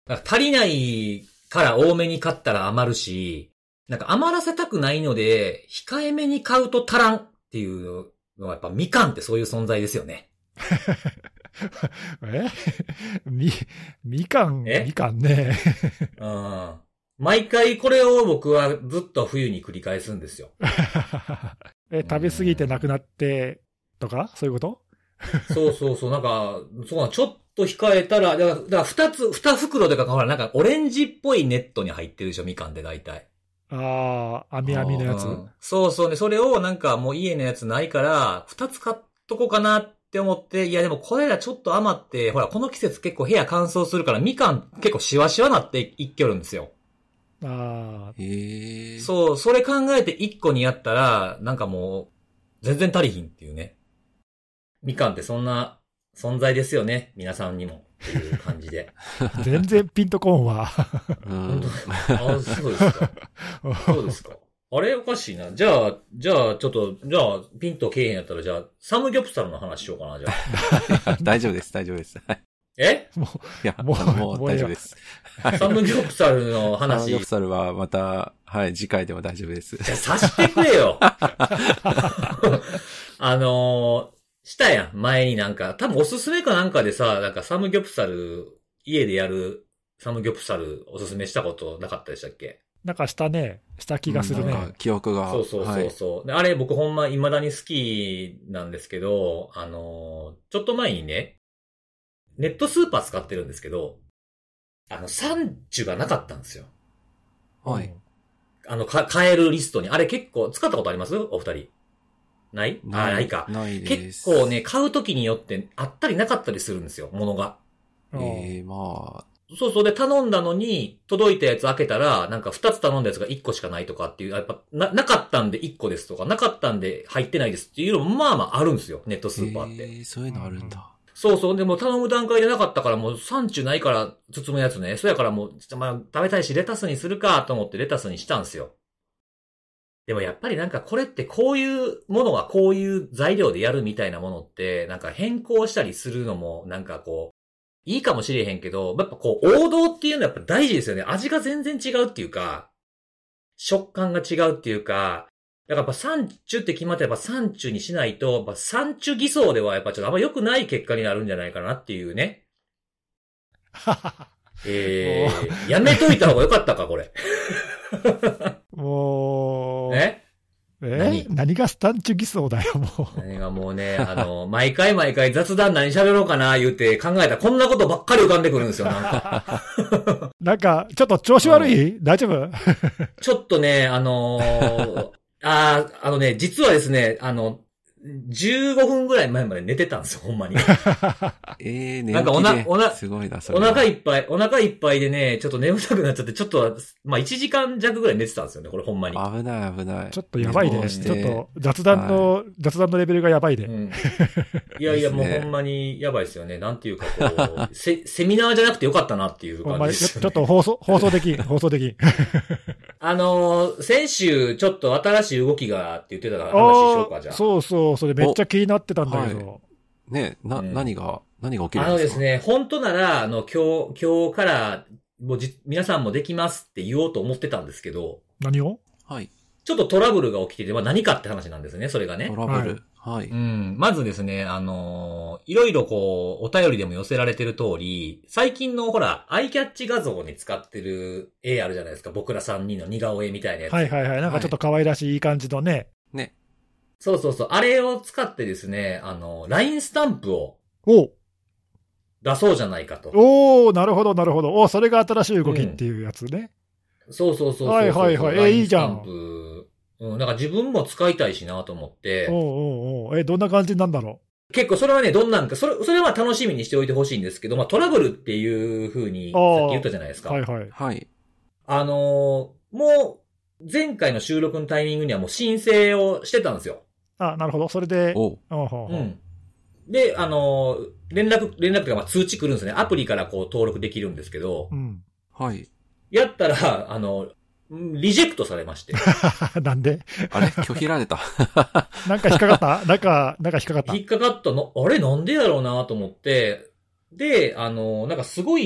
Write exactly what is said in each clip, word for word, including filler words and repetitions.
なんか足りないから多めに買ったら余るし、なんか余らせたくないので、控えめに買うと足らんっていうのはやっぱみかんってそういう存在ですよね。 えみ、みかん、みかんね。 うん。毎回これを僕はずっと冬に繰り返すんですよ。 え、食べ過ぎてなくなってとかそういうこと？ そうそうそう、なんか、そうな、ちょっと控えたら、だから、だから二つ、二袋でか、ほら、なんかオレンジっぽいネットに入ってるでしょ、みかんで大体。 ああ、網網のやつ、うん、 そうそうね、それをなんかもう家のやつないから、二つ買っとこうかなって思って、いやでもこれらちょっと余って、ほら、この季節結構部屋乾燥するから、みかん結構シワシワなっていっきょるんですよ。 ああ。 へえ。 そう、それ考えて一個にやったら、なんかもう、全然足りひんっていうね。みかんってそんな存在ですよね。皆さんにも。っていう感じで。 全然ピンとこんわ。 本当あ、そうですか。そうですか。あれおかしいな。じゃあ、じゃあ、ちょっと、じゃあ、ピンとけえへんやったら、じゃあ、サムギョプサルの話しようかな、じゃあ。大丈夫です、大丈夫です。 えもう、 いや、もう、もう大丈夫です。 サムギョプサルの話。 サムギョプサルはまた、はい、次回でも大丈夫です。 じゃあ、さしてくれよ。あのー、したやん、前になんか、多分おすすめかなんかでさ、なんかサムギョプサル、家でやるサムギョプサルおすすめしたことなかったでしたっけ？ なんかしたね。した気がするね。 うん、記憶が。 そうそうそうそう、はい、あれ僕ほんま未だに好きなんですけど、あのー、ちょっと前にね、ネットスーパー使ってるんですけど、あの、サンチュがなかったんですよ。 はい。 あの、か、買えるリストに。あれ結構、使ったことあります？お二人。ないないあ、ないか。 ないです。 結構ね、買うときによってあったりなかったりするんですよ、ものが。 ええー、まあ。 そうそう。で、頼んだのに、届いたやつ開けたら、なんか二つ頼んだやつが一個しかないとかっていう、やっぱ、な、なかったんで一個ですとか、なかったんで入ってないですっていうのも、まあまああるんですよ、ネットスーパーって。 えー、そういうのあるんだ。 そうそう。でも頼む段階でなかったから、もうサンチュないから包むやつね。そやからもう、まあ、食べたいし、レタスにするかと思ってレタスにしたんですよ。でもやっぱりなんかこれってこういうものはこういう材料でやるみたいなものって、なんか変更したりするのもなんかこう、いいかもしれへんけど、やっぱこう王道っていうのはやっぱ大事ですよね。味が全然違うっていうか、食感が違うっていうか、だからやっぱサンチュって決まってやっぱサンチュにしないと、やっぱサンチュ偽装ではやっぱちょっとあんま良くない結果になるんじゃないかなっていうね。えー、やめといた方が良かったか、これ。 もう。 ええ何, 何がスタンチュ偽装だよ、もう。 何がもうね、あの、毎回毎回雑談何喋ろうかな言うて考えたらこんなことばっかり浮かんでくるんですよ、なんか。 なんか、ちょっと調子悪い？大丈夫？ ちょっとね、あのー、ああのね、実はですね、あの、じゅうごふんぐらい前まで寝てたんですよ、ほんまに。 ええー、寝起きで。 なんかおな、おな、 すごいな、それ。お腹いっぱい、お腹いっぱいでね、ちょっと眠たくなっちゃって、ちょっと、まあいちじかん弱ぐらい寝てたんですよね、これほんまに。 危ない危ない。 ちょっとやばいね。ちょっと雑談の、はい、雑談のレベルがやばいで。うん、 いやいや、もうほんまにやばいですよね。なんていうかこう、セ、セミナーじゃなくてよかったなっていう感じですよね。 ちょっと放送、放送できん、放送できん。 あのー、先週ちょっと新しい動きがって言ってたから話しようか、じゃあ。 そうそう、それめっちゃ気になってたんだけど。 はい、ねな、うん、何が、何が起きるんですか？ あのですね、本当なら、あの、今日、今日から、もうじ、皆さんもできますって言おうと思ってたんですけど。 何を？ はい。 ちょっとトラブルが起きてて、まあ何かって話なんですね、それがね。 トラブル。はい。はい、 うん。まずですね、あのー、いろいろこう、お便りでも寄せられてる通り、最近のほら、アイキャッチ画像に使ってる絵あるじゃないですか。僕らさんにんの似顔絵みたいなやつ。 はいはいはい。なんかちょっと可愛らしいいい感じのね。 ね。 そうそうそう。あれを使ってですね、あの、ライン スタンプを。 お出そうじゃないかと。 おー、なるほどなるほど。おそれが新しい動きっていうやつね。 うん、そうそうそうそうそう。 はいはいはい。え、いいじゃん。 ライン スタンプ。うん、なんか自分も使いたいしなと思って。 おうおうおう。え、どんな感じなんだろう。結構それはね、どんなんか、それ、それは楽しみにしておいてほしいんですけど、まあトラブルっていう風に、さっき言ったじゃないですか。 はいはい。 はい。 あのー、もう、前回の収録のタイミングにはもう申請をしてたんですよ。 あ、なるほど。それで、 おう。 うん。で、あのー、連絡、連絡というか、まあ、通知来るんですね。アプリからこう登録できるんですけど。 うん。 はい。 やったら、あの、リジェクトされまして。 なんであれ拒否られた。 なんか引っかかったなんか、なんか引っかかった引っかかったの、あれなんでやろうなと思って、で、あの、なんかすごい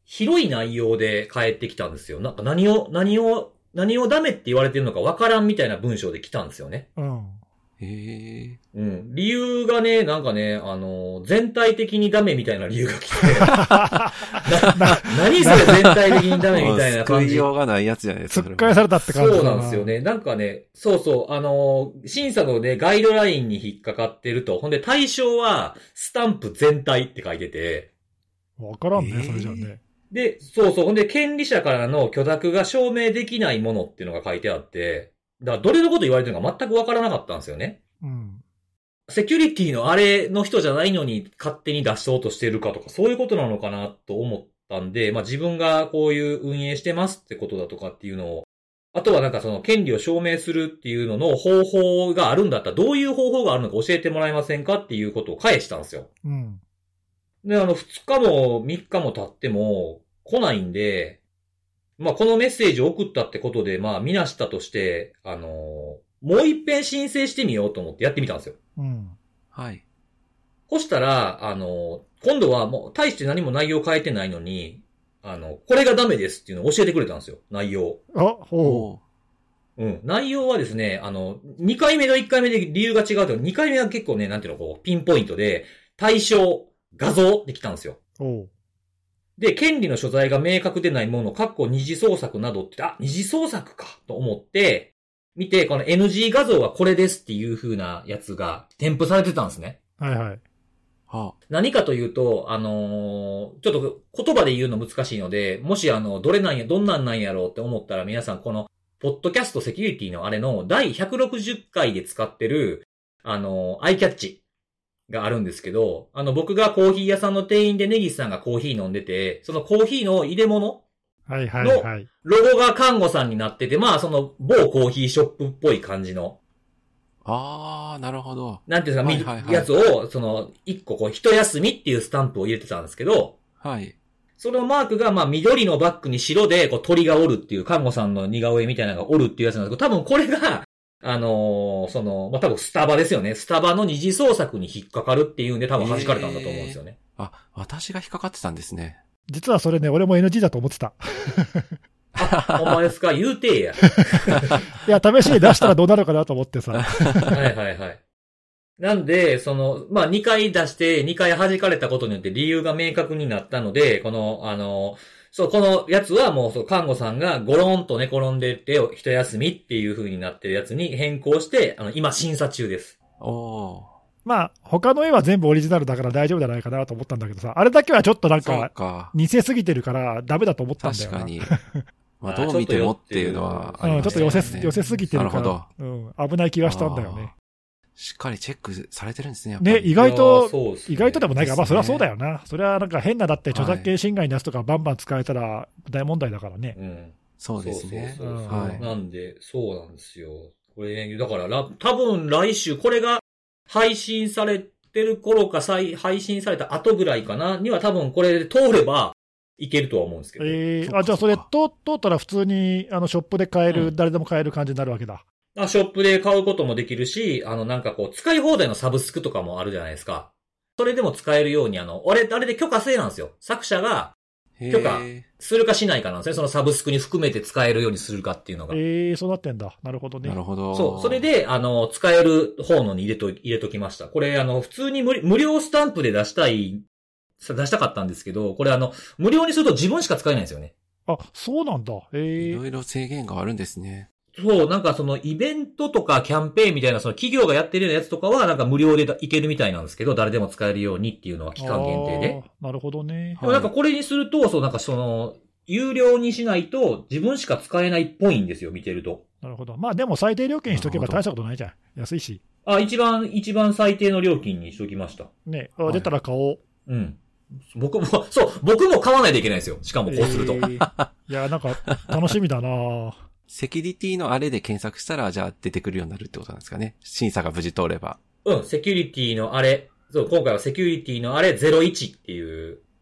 広い内容で返ってきたんですよ。なんか何を、何を、何をダメって言われてるのかわからんみたいな文章で来たんですよね。 うん。 へえ。 うん。理由がね、なんかね、あの、全体的にダメみたいな理由が来て、な何それ全体的にダメみたいな感じ。 救いようがないやつじゃないですか。 突っ返されたって感じ。 そうなんですよね。なんかね、そうそう、あの、審査のね、ガイドラインに引っかかってると、ほんで対象は、スタンプ全体って書いてて。 わからんね、それじゃね。 で、そうそう、ほんで、権利者からの許諾が証明できないものっていうのが書いてあって、だからどれのこと言われてるのか全くわからなかったんですよね。 うん。 セキュリティのあれの人じゃないのに勝手に出そうとしてるかとか、そういうことなのかなと思ったんで、まあ自分がこういう運営してますってことだとかっていうのを、あとはなんかその権利を証明するっていうのの方法があるんだったら、どういう方法があるのか教えてもらえませんかっていうことを返したんですよ。 うん。 で、あの、ふつかもみっかも経っても来ないんで、まあ、このメッセージを送ったってことで、まあ、みなしたとして、あのー、もう一遍申請してみようと思ってやってみたんですよ。 うん。 はい。 そしたら、あのー、今度はもう、大して何も内容変えてないのに、あの、これがダメですっていうのを教えてくれたんですよ、内容。 あ、ほう。うん。内容はですね、あの、にかいめといっかいめで理由が違うと、にかいめは結構ね、なんていうの、こう、ピンポイントで、対象、画像って来たんですよ。 おう。 で、権利の所在が明確でないもの、括弧二次創作などって、あ、二次創作か、と思って、見て、この エヌジー 画像はこれですっていう風なやつが添付されてたんですね。 はいはい。 はあ、 何かというと、あのー、ちょっと言葉で言うの難しいので、もしあの、どれなんや、どんなんなんやろうって思ったら皆さんこの、ポッドキャストセキュリティのあれのだいひゃくろくじゅっかいで使ってる、あのー、アイキャッチ。があるんですけど、あの僕がコーヒー屋さんの店員でネギスさんがコーヒー飲んでて、そのコーヒーの入れ物はいはいはい。 ロゴが看護さんになってて、まあその某コーヒーショップっぽい感じの。 あー、なるほど。 なんていうんですか、 はいはいはい、 やつを、その一個こう一休みっていうスタンプを入れてたんですけど、 はい。 そのマークがまあ緑のバッグに白でこう鳥がおるっていう看護さんの似顔絵みたいなのがおるっていうやつなんですけど、多分これが、あのー、その、まあ、多分スタバですよね。スタバの二次創作に引っかかるっていうんで多分弾かれたんだと思うんですよね。 えー、あ、私が引っかかってたんですね。 実はそれね、俺も エヌジー だと思ってた。 あ、ほんまですか？言うてや。 いや、試しに出したらどうなるかなと思ってさ。 はいはいはい。なんで、その、まあ、にかい出してにかい弾かれたことによって理由が明確になったので、この、あの、そう、このやつはもう、そう、看護さんがゴロンと寝転んでて、一休みっていう風になってるやつに変更して、あの、今審査中です。 おー。 まあ、他の絵は全部オリジナルだから大丈夫じゃないかなと思ったんだけどさ、あれだけはちょっとなんか、か似せすぎてるからダメだと思ったんだよな。 確かに。まあ、どう見てもっていうのはありますね。 うん、ちょっと寄せ、寄せすぎてるから、 なるほど。 うん、危ない気がしたんだよね。 しっかりチェックされてるんですね、 ね、意外と、 ね、 意外とでもないから、まあそれはそうだよな。それはなんか変なだって著作権侵害のやつとかバンバン使えたら大問題だからね。 うん。 そうですね。 そうそうそうそう、はい。なんで、そうなんですよ。これね、だから、多分来週、これが配信されてる頃か、再配信された後ぐらいかな、には多分これで通ればいけるとは思うんですけど。 えー、あ、じゃあそれ通ったら普通にあのショップで買える、うん、誰でも買える感じになるわけだ。 あ、ショップで買うこともできるし、あのなんかこう、使い放題のサブスクとかもあるじゃないですか。それでも使えるように、あの、俺、あれで許可制なんですよ。作者が許可するかしないかなんですね。そのサブスクに含めて使えるようにするかっていうのが。 ええー、そうなってんだ。なるほどね。 なるほど。 そう。それで、あの、使える方のに入れと、入れときました。これ、あの、普通に無、無料スタンプで出したい、出したかったんですけど、これあの、無料にすると自分しか使えないんですよね。 あ、そうなんだ。ええー。 いろいろ制限があるんですね。 そう、なんかそのイベントとかキャンペーンみたいな、その企業がやってるようなやつとかはなんか無料でいけるみたいなんですけど、誰でも使えるようにっていうのは期間限定で。 なるほどね。 でもなんかこれにすると、そうなんかその、有料にしないと自分しか使えないっぽいんですよ、見てると。 なるほど。まあでも最低料金にしとけば大したことないじゃん。安いし。 あ、一番、一番最低の料金にしときました。 ね、あ、出たら買おう。 うん。僕も、そう、僕も買わないといけないんですよ。しかもこうすると。えー、 いや、なんか楽しみだなセキュリティのあれで検索したら、じゃあ出てくるようになるってことなんですかね。審査が無事通れば。 うん、セキュリティのあれ。そう、今回はセキュリティのあれゼロイチっていう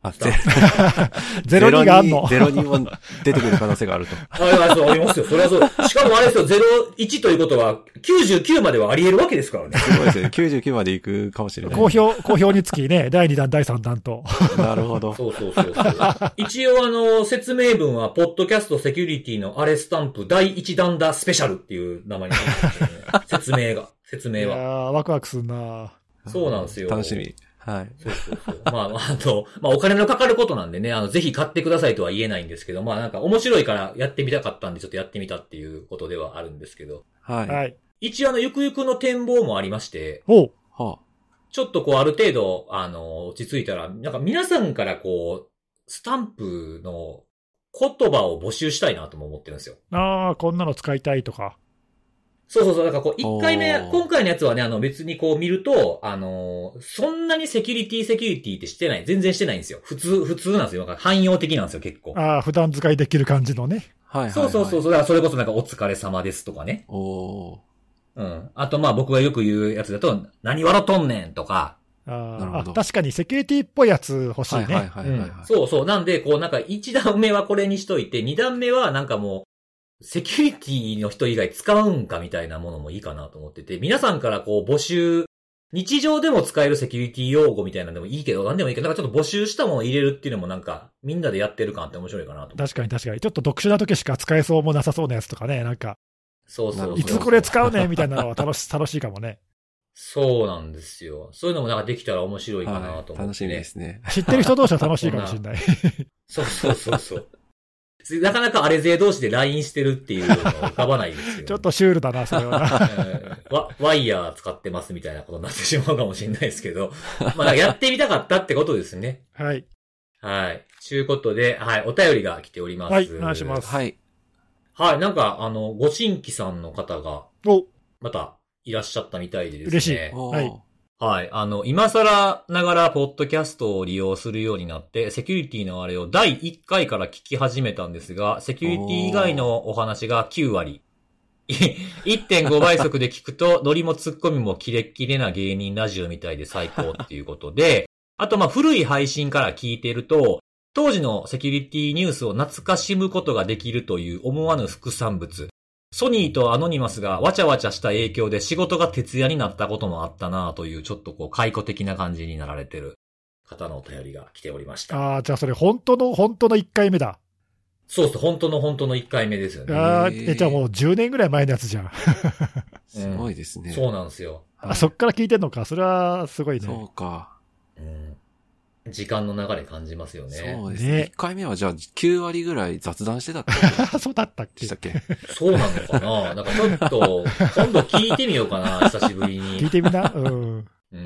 あ、ゼゼロにがあんのゼロにも出てくる可能性があると。 あ、そう、ありますよ。それはそう。しかもあれですよ、ゼロいちということは、きゅうじゅうきゅうまではあり得るわけですからね。 すごいですね。きゅうじゅうきゅうまで行くかもしれない。 好評、好評につきね、だいにだん、だいさんだんと。 なるほど。 そうそうそうそう。一応あの、説明文は、ポッドキャストセキュリティのアレスタンプだいいち弾だスペシャルっていう名前になってますね。説明が、説明は。 いやー、ワクワクするなそうなんですよ。 楽しみ。はい。 そうそうそう。まあ、あと、まあ、お金のかかることなんでね、あの、ぜひ買ってくださいとは言えないんですけど、まあ、なんか面白いからやってみたかったんで、ちょっとやってみたっていうことではあるんですけど。 はい。 はい。 一応あの、ゆくゆくの展望もありまして、 ほう。 はあ、 ちょっとこう、ある程度、あの、落ち着いたら、なんか皆さんからこう、スタンプの言葉を募集したいなとも思ってるんですよ。 ああ、こんなの使いたいとか。 そうそうそう。だからこう、一回目、今回のやつはね、あの別にこう見ると、あのー、そんなにセキュリティセキュリティってしてない。全然してないんですよ。普通、普通なんですよ。汎用的なんですよ、結構。 ああ、普段使いできる感じのね。 はいはい、はい。 そうそうそう。だからそれこそなんかお疲れ様ですとかね。 おー。 うん。あとまあ僕がよく言うやつだと、何笑とんねんとか。 ああ、確かにセキュリティっぽいやつ欲しいね。はいはいはい、 はいうん。そうそう。なんで、こうなんか一段目はこれにしといて、二段目はなんかもう、セキュリティの人以外使うんかみたいなものもいいかなと思ってて、皆さんからこう募集、日常でも使えるセキュリティ用語みたいなのでもいいけど、なんでもいいけど、なんかちょっと募集したものを入れるっていうのもなんか、みんなでやってる感って面白いかなと思って。 確かに確かに。ちょっと特殊な時しか使えそうもなさそうなやつとかね、なんか。 そうそうそう。 いつこれ使うねみたいなのは楽し、楽しいかもね。 そうなんですよ。そういうのもなんかできたら面白いかなと思って、ねはい。 楽しみですね。 知ってる人同士は楽しいかもしれない。 そうそうそうそう。なかなかあれ勢同士で ライン してるっていうのを浮かばないですよ、ね。 ちょっとシュールだな、それはなワ。ワイヤー使ってますみたいなことになってしまうかもしれないですけど。まあ、やってみたかったってことですね。 はい。 はい。ということで、はい、お便りが来ております。 はい、お願いします。 はい。 はい、なんか、あの、ご新規さんの方が、 おまた、いらっしゃったみたいでですね。 嬉しい。はい。 はい。あの、今更ながら、ポッドキャストを利用するようになって、セキュリティのあれをだいいっかいから聞き始めたんですが、セキュリティ以外のお話がきゅうわり。いってんご 倍速で聞くと、ノリもツッコミもキレッキレな芸人ラジオみたいで最高っていうことで、あと、ま、古い配信から聞いていると、当時のセキュリティニュースを懐かしむことができるという思わぬ副産物。ソニーとアノニマスがわちゃわちゃした影響で仕事が徹夜になったこともあったなというちょっとこう解雇的な感じになられてる方のお便りが来ておりました。 ああ、じゃあそれ本当の本当のいっかいめだ。 そうそう、本当の本当のいっかいめですよね。 ああ、え、じゃあもうじゅうねんぐらい前のやつじゃん。 すごいですね。 そうなんですよ。 あ、そっから聞いてんのか。それはすごいね。 そうか。 うん時間の流れ感じますよね。 そうですね。ねいっかいめはじゃあきゅうわりぐらい雑談してたってことそうだったっけしたっけそうなのかななんかちょっと、今度聞いてみようかな、久しぶりに。 聞いてみなうん。 うん。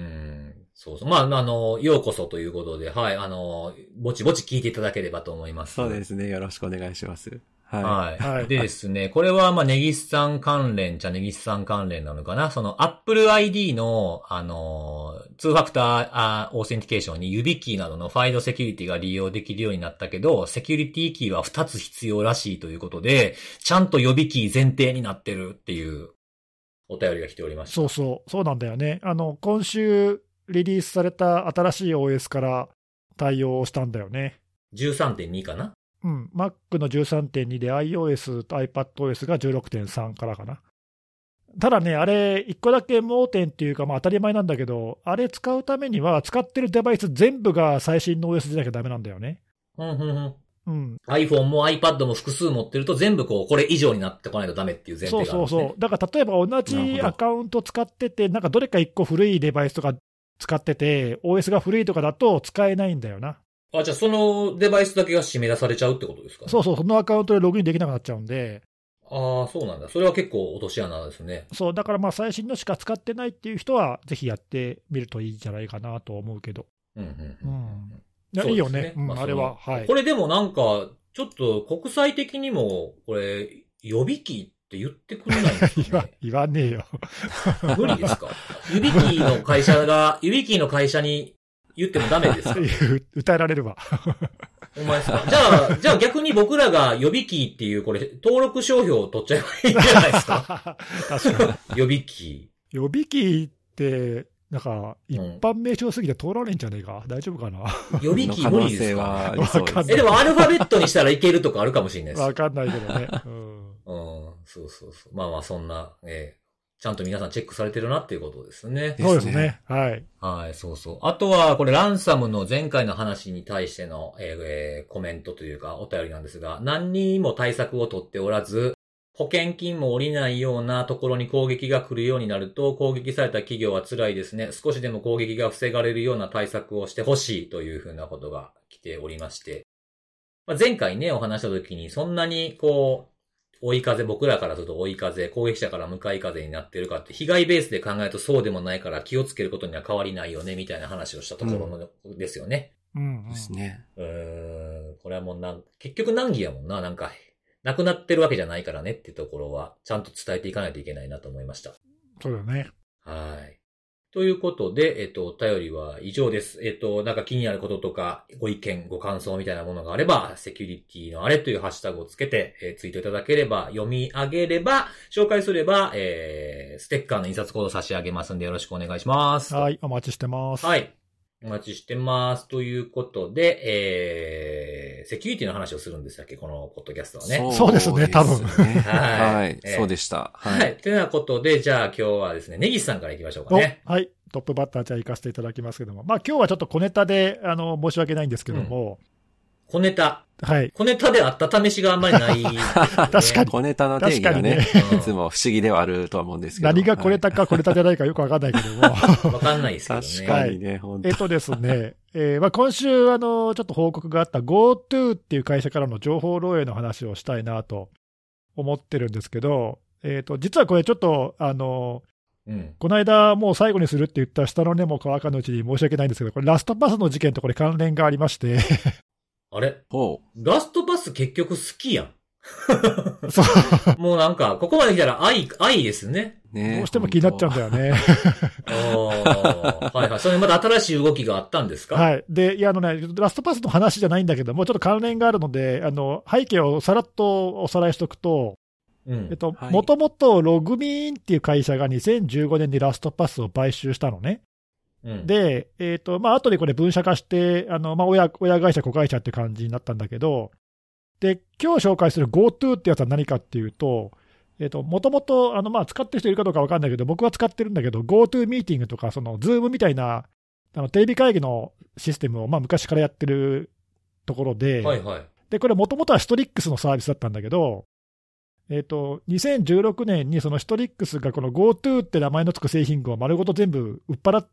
そうそう。まあ、あの、ようこそということで、はい、あの、ぼちぼち聞いていただければと思います。 そうですね。よろしくお願いします。 はい。はい。でですね、これは、まあ、ネギスさん関連じゃネギスさん関連なのかなその、Apple アイディー の、あの、ツーファクターあオーセンティケーションに指キーなどのファイルセキュリティが利用できるようになったけど、セキュリティキーはふたつ必要らしいということで、ちゃんと予備キー前提になってるっていうお便りが来ておりました。 そうそう。そうなんだよね。あの、今週リリースされた新しい オーエス から対応したんだよね。 じゅうさんてんに かなうん、Mac の じゅうさんてんに で iOS と iPadOS が じゅうろくてんさん からかな。ただね、あれ、いっこだけ盲点っていうか、まあ当たり前なんだけど、あれ使うためには、使ってるデバイス全部が最新の オーエス じゃなきゃダメなんだよね。 うんうんうん。 うん、 iPhone も iPad も複数持ってると全部こう、これ以上になってこないとダメっていう前提があるんですね。 そうそうそう。だから例えば同じアカウント使ってて、なんかどれかいっこ古いデバイスとか使ってて、オーエス が古いとかだと使えないんだよな。 あ、じゃあそのデバイスだけが締め出されちゃうってことですかね。 そうそう、そのアカウントでログインできなくなっちゃうんで。 ああ、そうなんだ。それは結構落とし穴ですね。 そう、だからまあ最新のしか使ってないっていう人は、ぜひやってみるといいんじゃないかなと思うけど。 うんうんうん。うん、 いや、いいよね。うん、まあ、あれは。はい。 これでもなんか、ちょっと国際的にも、これ、予備機って言ってくれないんですかね言わねえよ。 無理ですか指キーの会社が、指キーの会社に言ってもダメですか歌えられるわ。 お前ですかじゃあ、じゃあ逆に僕らが予備キーっていう、これ、登録商標を取っちゃえばいいんじゃないですか確かに。 予備キー。予備キーって、 なんか、一般名称すぎて通られんじゃねえか。大丈夫かな。 予備機無理ですか、 可能性はありそうです。 え、でもアルファベットにしたらいけるとかあるかもしれないです。 わかんないけどね。うん。 うん、そうそうそう。まあまあ、そんな、えー、ちゃんと皆さんチェックされてるなっていうことですね。 そうですね。はい。 はい、そうそう。あとは、これ、ランサムの前回の話に対しての、えー、コメントというか、お便りなんですが、何にも対策を取っておらず、保険金も下りないようなところに攻撃が来るようになると、攻撃された企業は辛いですね。少しでも攻撃が防がれるような対策をしてほしいというふうなことが来ておりまして。まあ、前回ね、お話した時に、そんなに、こう、追い風、僕らからすると追い風、攻撃者から向かい風になってるかって、被害ベースで考えるとそうでもないから気をつけることには変わりないよね、みたいな話をしたところの、うん、ですよね。 うん、うん。 ですね。 うーん、これはもうな、結局難儀やもんな、なんか。なくなってるわけじゃないからねっていうところは、ちゃんと伝えていかないといけないなと思いました。 そうだね。 はい。ということで、えっと、お便りは以上です。えっと、なんか気になることとか、ご意見、ご感想みたいなものがあれば、セキュリティのあれというハッシュタグをつけて、えー、ツイートいただければ、読み上げれば、紹介すれば、えー、ステッカーの印刷コード差し上げますんでよろしくお願いします。 はい、お待ちしてます。 はい。お待ちしてます。ということで、えー、セキュリティの話をするんでしたっけこのポッドキャストはね。 そうですね、多分。 はい。はい、えー、そうでした。 はい。はい。というようなことで、じゃあ今日はですね、根岸さんから行きましょうかね。 はい。トップバッターじゃあ行かせていただきますけども。まあ今日はちょっと小ネタで、あの、申し訳ないんですけども。 うん、小ネタ。 はい。 小ネタであった試しがあんまりない、ね。 確かに。 小ネタの定義がね、ねいつも不思議ではあるとは思うんですけど。 何が小ネタか小ネタじゃないかよくわかんないけども。 わかんないですけどね。 確かにね、本当えっとですね、えー、まあ今週、あの、ちょっと報告があった GoTo っていう会社からの情報漏洩の話をしたいなと思ってるんですけど、えっと、実はこれちょっと、あの、うん、この間、もう最後にするって言った下の根も乾かぬうちに申し訳ないんですけど、これラストパスの事件とこれ関連がありましてあれほうラストパス結局好きやん。 そうもうなんか、ここまで来たら愛、愛ですね。 ねどうしても気になっちゃうんだよね。 はいはい。それまた新しい動きがあったんですか？ はい。で、いや、あのね、ラストパスの話じゃないんだけども、ちょっと関連があるので、あの、背景をさらっとおさらいしとくと、うん、えっと、もともとログミーンっていう会社がにせんじゅうごねんにラストパスを買収したのね。うん、で、えっと、まあ、後でこれ分社化して、あの、まあ、親、親会社、子会社って感じになったんだけど、で、今日紹介する GoTo ってやつは何かっていうと、えっと、もともと、あの、まあ、使ってる人いるかどうかわかんないけど、僕は使ってるんだけど、GoTo ミーティングとか、その、Zoom みたいな、あの、テレビ会議のシステムを、まあ、昔からやってるところで、 はいはい。 で、これもともとはストリックスのサービスだったんだけど、えっと、にせんじゅうろくねんにそのストリックスがこの GoTo って名前のつく製品群を丸ごと全部売っ払って、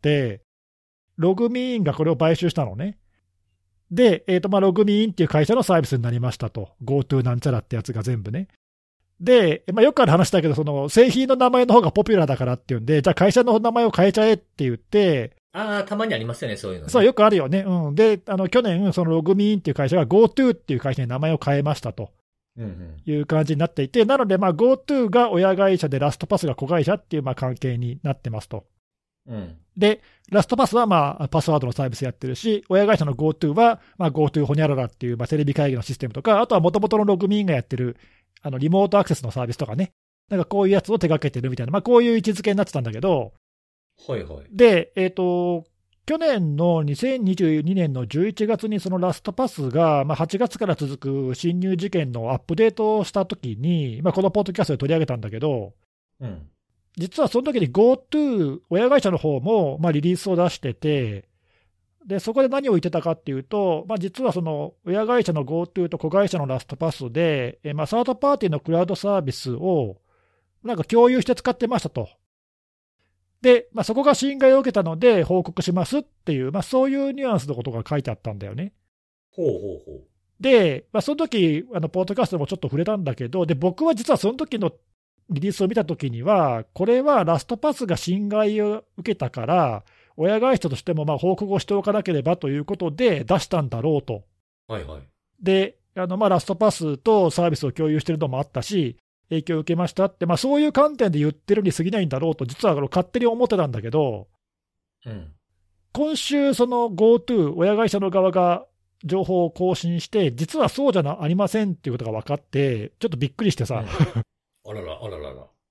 ログミーンがこれを買収したのね。で、えっと、まあ、ログミーンっていう会社のサービスになりましたと。GoTo なんちゃらってやつが全部ね。で、まあ、よくある話だけど、その製品の名前の方がポピュラーだからっていうんで、じゃあ会社の名前を変えちゃえって言って、 ああ、たまにありますよね、そういうの、ね。 そう、よくあるよね。うん。で、あの、去年、そのログミーンっていう会社が GoTo っていう会社に名前を変えましたと。いう感じになっていて、なので、まあ、GoTo が親会社でラストパスが子会社っていうまあ関係になってますと。うん、で、ラストパスはまあパスワードのサービスやってるし、親会社の GoTo はまあ GoTo ホニャララっていうまあテレビ会議のシステムとか、あとはもともとのログミーンがやってるあのリモートアクセスのサービスとかね、なんかこういうやつを手掛けてるみたいな、まあ、こういう位置づけになってたんだけど、 はいはい。 で、えっと、去年のにせんにじゅうにねんのじゅういちがつにそのラストパスが、まあ、はちがつから続く侵入事件のアップデートをしたときに、まあ、このポッドキャストで取り上げたんだけど、うん、実はその時に GoTo、親会社の方もまあリリースを出してて、でそこで何を言ってたかっていうと、まあ、実はその親会社の GoTo と子会社のラストパスで、えまあ、サードパーティーのクラウドサービスをなんか共有して使ってましたと。で、まあ、そこが侵害を受けたので報告しますっていう、まあ、そういうニュアンスのことが書いてあったんだよね。 ほうほうほう。 で、まあ、その時あのポッドキャストでもちょっと触れたんだけど、で僕は実はその時のリリースを見た時には、これはラストパスが侵害を受けたから、親会社としてもまあ報告をしておかなければということで出したんだろうと。 はいはい。 で、あのまあラストパスとサービスを共有しているのもあったし、影響を受けましたって、まあ、そういう観点で言ってるに過ぎないんだろうと、実は勝手に思ってたんだけど、うん、今週、その GoTo、親会社の側が情報を更新して、実はそうじゃありませんっていうことが分かって、ちょっとびっくりしてさ、 うん、あらら、あららら。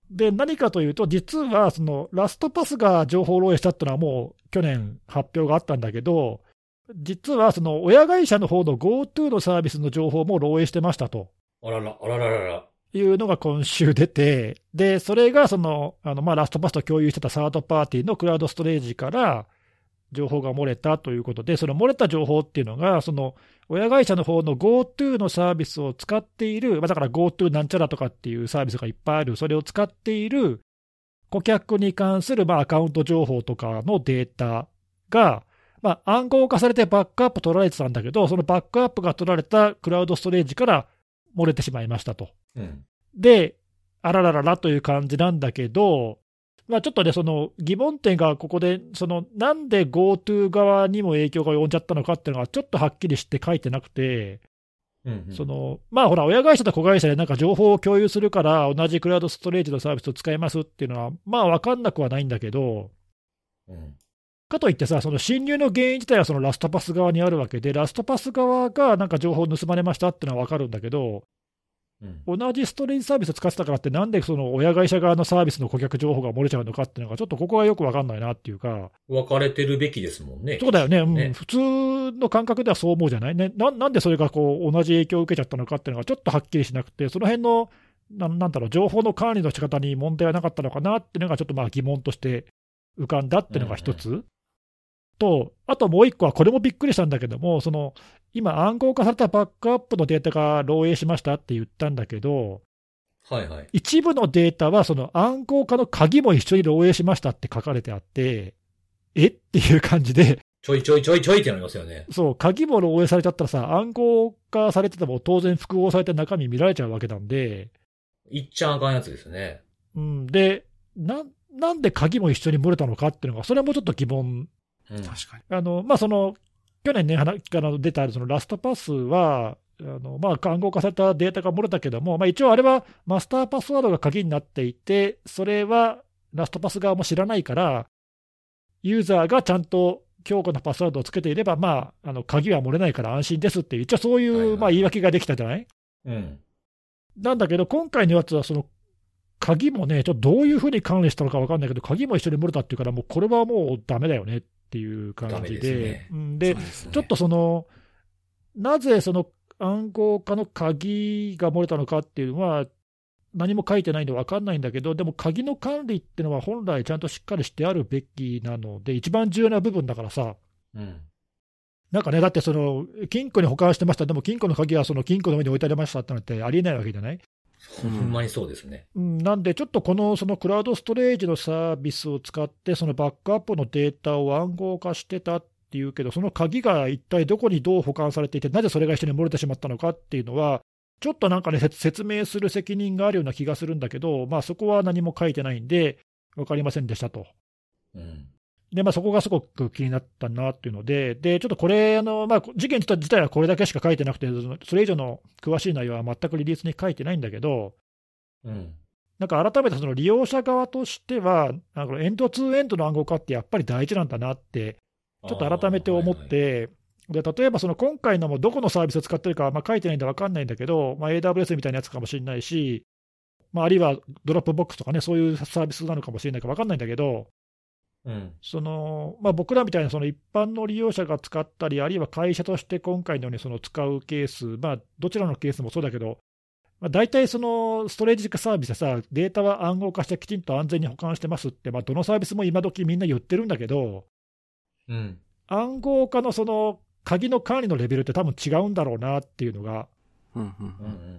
で、何かというと、実はそのラストパスが情報漏洩したっていうのは、もう去年発表があったんだけど、実はその親会社の方の GoTo のサービスの情報も漏洩してましたと。 あらら、あらららら。 いうのが今週出て、で、それがその、あの、まあ、ラストパスと共有してたサードパーティーのクラウドストレージから情報が漏れたということで、その漏れた情報っていうのが、その、親会社の方の GoTo のサービスを使っている、まあ、だから GoTo なんちゃらとかっていうサービスがいっぱいある、それを使っている顧客に関する、まあ、アカウント情報とかのデータが、まあ、暗号化されてバックアップ取られてたんだけど、そのバックアップが取られたクラウドストレージから漏れてしまいましたと。 うん、 で、あららららという感じなんだけど、まあ、ちょっとね、その疑問点がここで、そのなんで GoTo 側にも影響が及んじゃったのかっていうのが、ちょっとはっきりして書いてなくて、 うんうん、 そのまあほら、親会社と子会社でなんか情報を共有するから、同じクラウドストレージのサービスを使いますっていうのは、まあ分かんなくはないんだけど、 うん、 かといってさ、その侵入の原因自体はそのラストパス側にあるわけで、ラストパス側がなんか情報を盗まれましたっていうのは分かるんだけど、うん、同じストレージサービスを使ってたからって、なんでその親会社側のサービスの顧客情報が漏れちゃうのかっていうのが、ちょっとここはよく分かんないなっていうか、 分かれてるべきですもんね。 そうだよね、 ね、 うん、普通の感覚ではそう思うじゃない、ね、な, なんでそれがこう同じ影響を受けちゃったのかっていうのが、ちょっとはっきりしなくて、その辺のななんだろう、情報の管理の仕方に問題はなかったのかなっていうのが、ちょっとまあ疑問として浮かんだっていうのが一つ。うんうん、と、あともう一個は、これもびっくりしたんだけども、その今、暗号化されたバックアップのデータが漏洩しましたって言ったんだけど、 はいはい、 一部のデータは、その暗号化の鍵も一緒に漏洩しましたって書かれてあって、えっていう感じで、 ちょいちょいちょいちょいってなりますよね。 そう、鍵も漏洩されちゃったらさ、暗号化されてても当然複合されて中身見られちゃうわけなんで、 いっちゃあかんやつですね。 うん、でな、なんで鍵も一緒に漏れたのかっていうのが、それもちょっと疑問。 うん、確かに。 あのまあ、その去年ね、から出たそのラストパスは、あのまあ、暗号化されたデータが漏れたけども、まあ、一応あれはマスターパスワードが鍵になっていて、それはラストパス側も知らないから、ユーザーがちゃんと強固なパスワードをつけていれば、まあ、あの鍵は漏れないから安心ですっていう、一応そういうまあ言い訳ができたじゃない、 うん、 なんだけど、今回のやつは、その鍵もね、ちょっとどういうふうに管理したのか分かんないけど、鍵も一緒に漏れたっていうから、もうこれはもうだめだよねっていう感じで、で、ちょっとその、なぜその暗号化の鍵が漏れたのかっていうのは、何も書いてないんで分かんないんだけど、でも鍵の管理っていうのは本来ちゃんとしっかりしてあるべきなので、一番重要な部分だからさ、うん、なんかね、だってその金庫に保管してました、でも金庫の鍵はその金庫の上に置いてありましたってのってありえないわけじゃない。 ほんまにそうですね。 うん、なんで、ちょっとこのそのクラウドストレージのサービスを使って、そのバックアップのデータを暗号化してたっていうけど、その鍵が一体どこにどう保管されていて、なぜそれが一緒に漏れてしまったのかっていうのは、ちょっとなんかね、説明する責任があるような気がするんだけど、まあ、そこは何も書いてないんで、分かりませんでしたと。うんでまあ、そこがすごく気になったなっていうので、でちょっとこれ、あのまあ、事件自体はこれだけしか書いてなくて、それ以上の詳しい内容は全くリリースに書いてないんだけど、うん、なんか改めてその利用者側としては、なんかエンドツーエンドの暗号化ってやっぱり大事なんだなって、ちょっと改めて思って、はいはい、で例えばその今回のもどこのサービスを使ってるかはまあ書いてないんで分かんないんだけど、まあ、エーダブリューエス みたいなやつかもしれないし、まあ、あるいはドロップボックスとかね、そういうサービスなのかもしれないか分かんないんだけど、うん、そのまあ、僕らみたいなその一般の利用者が使ったり、あるいは会社として今回のようにその使うケース、まあ、どちらのケースもそうだけど、まあ、大体そのストレージサービスでさ、データは暗号化してきちんと安全に保管してますって、まあ、どのサービスも今時みんな言ってるんだけど、うん、暗号化のその鍵の管理のレベルって多分違うんだろうなっていうのが、うんうんうん、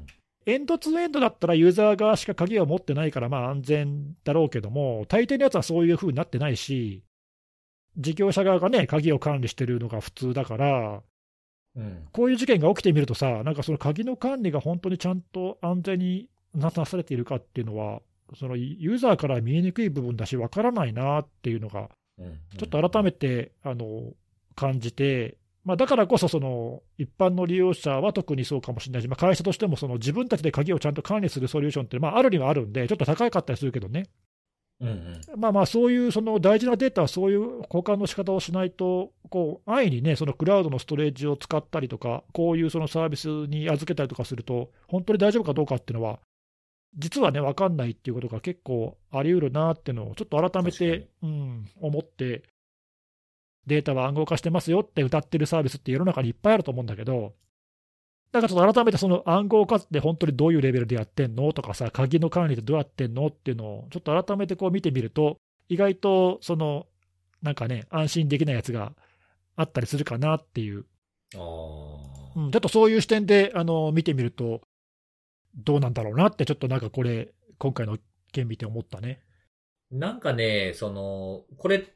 エンドツーエンドだったらユーザー側しか鍵を持ってないからまあ安全だろうけども、大抵のやつはそういう風になってないし、事業者側がね、鍵を管理してるのが普通だから、うん、こういう事件が起きてみるとさ、なんかその鍵の管理が本当にちゃんと安全になされているかっていうのは、そのユーザーから見えにくい部分だし、わからないなっていうのが、ちょっと改めてあの感じて、まあ、だからこそ、その一般の利用者は特にそうかもしれないし、まあ、会社としてもその自分たちで鍵をちゃんと管理するソリューションって、まあ、あるにはあるんで、ちょっと高かったりするけどね、うんうん、まあまあ、そういうその大事なデータはそういう交換の仕方をしないと、こう安易にね、そのクラウドのストレージを使ったりとか、こういうそのサービスに預けたりとかすると、本当に大丈夫かどうかっていうのは、 実はね、分かんないっていうことが結構あり得るなっていうのを、ちょっと改めて、うん、思って、データは暗号化してますよって歌ってるサービスって世の中にいっぱいあると思うんだけど、だからちょっと改めてその暗号化って本当にどういうレベルでやってんのとかさ、鍵の管理ってどうやってんのっていうのを、ちょっと改めてこう見てみると、意外とその、なんかね、安心できないやつがあったりするかなっていう、 あうん、ちょっとそういう視点であの見てみると、どうなんだろうなって、ちょっとなんかこれ、今回の件見て思ったね。 なんかね、その、これって、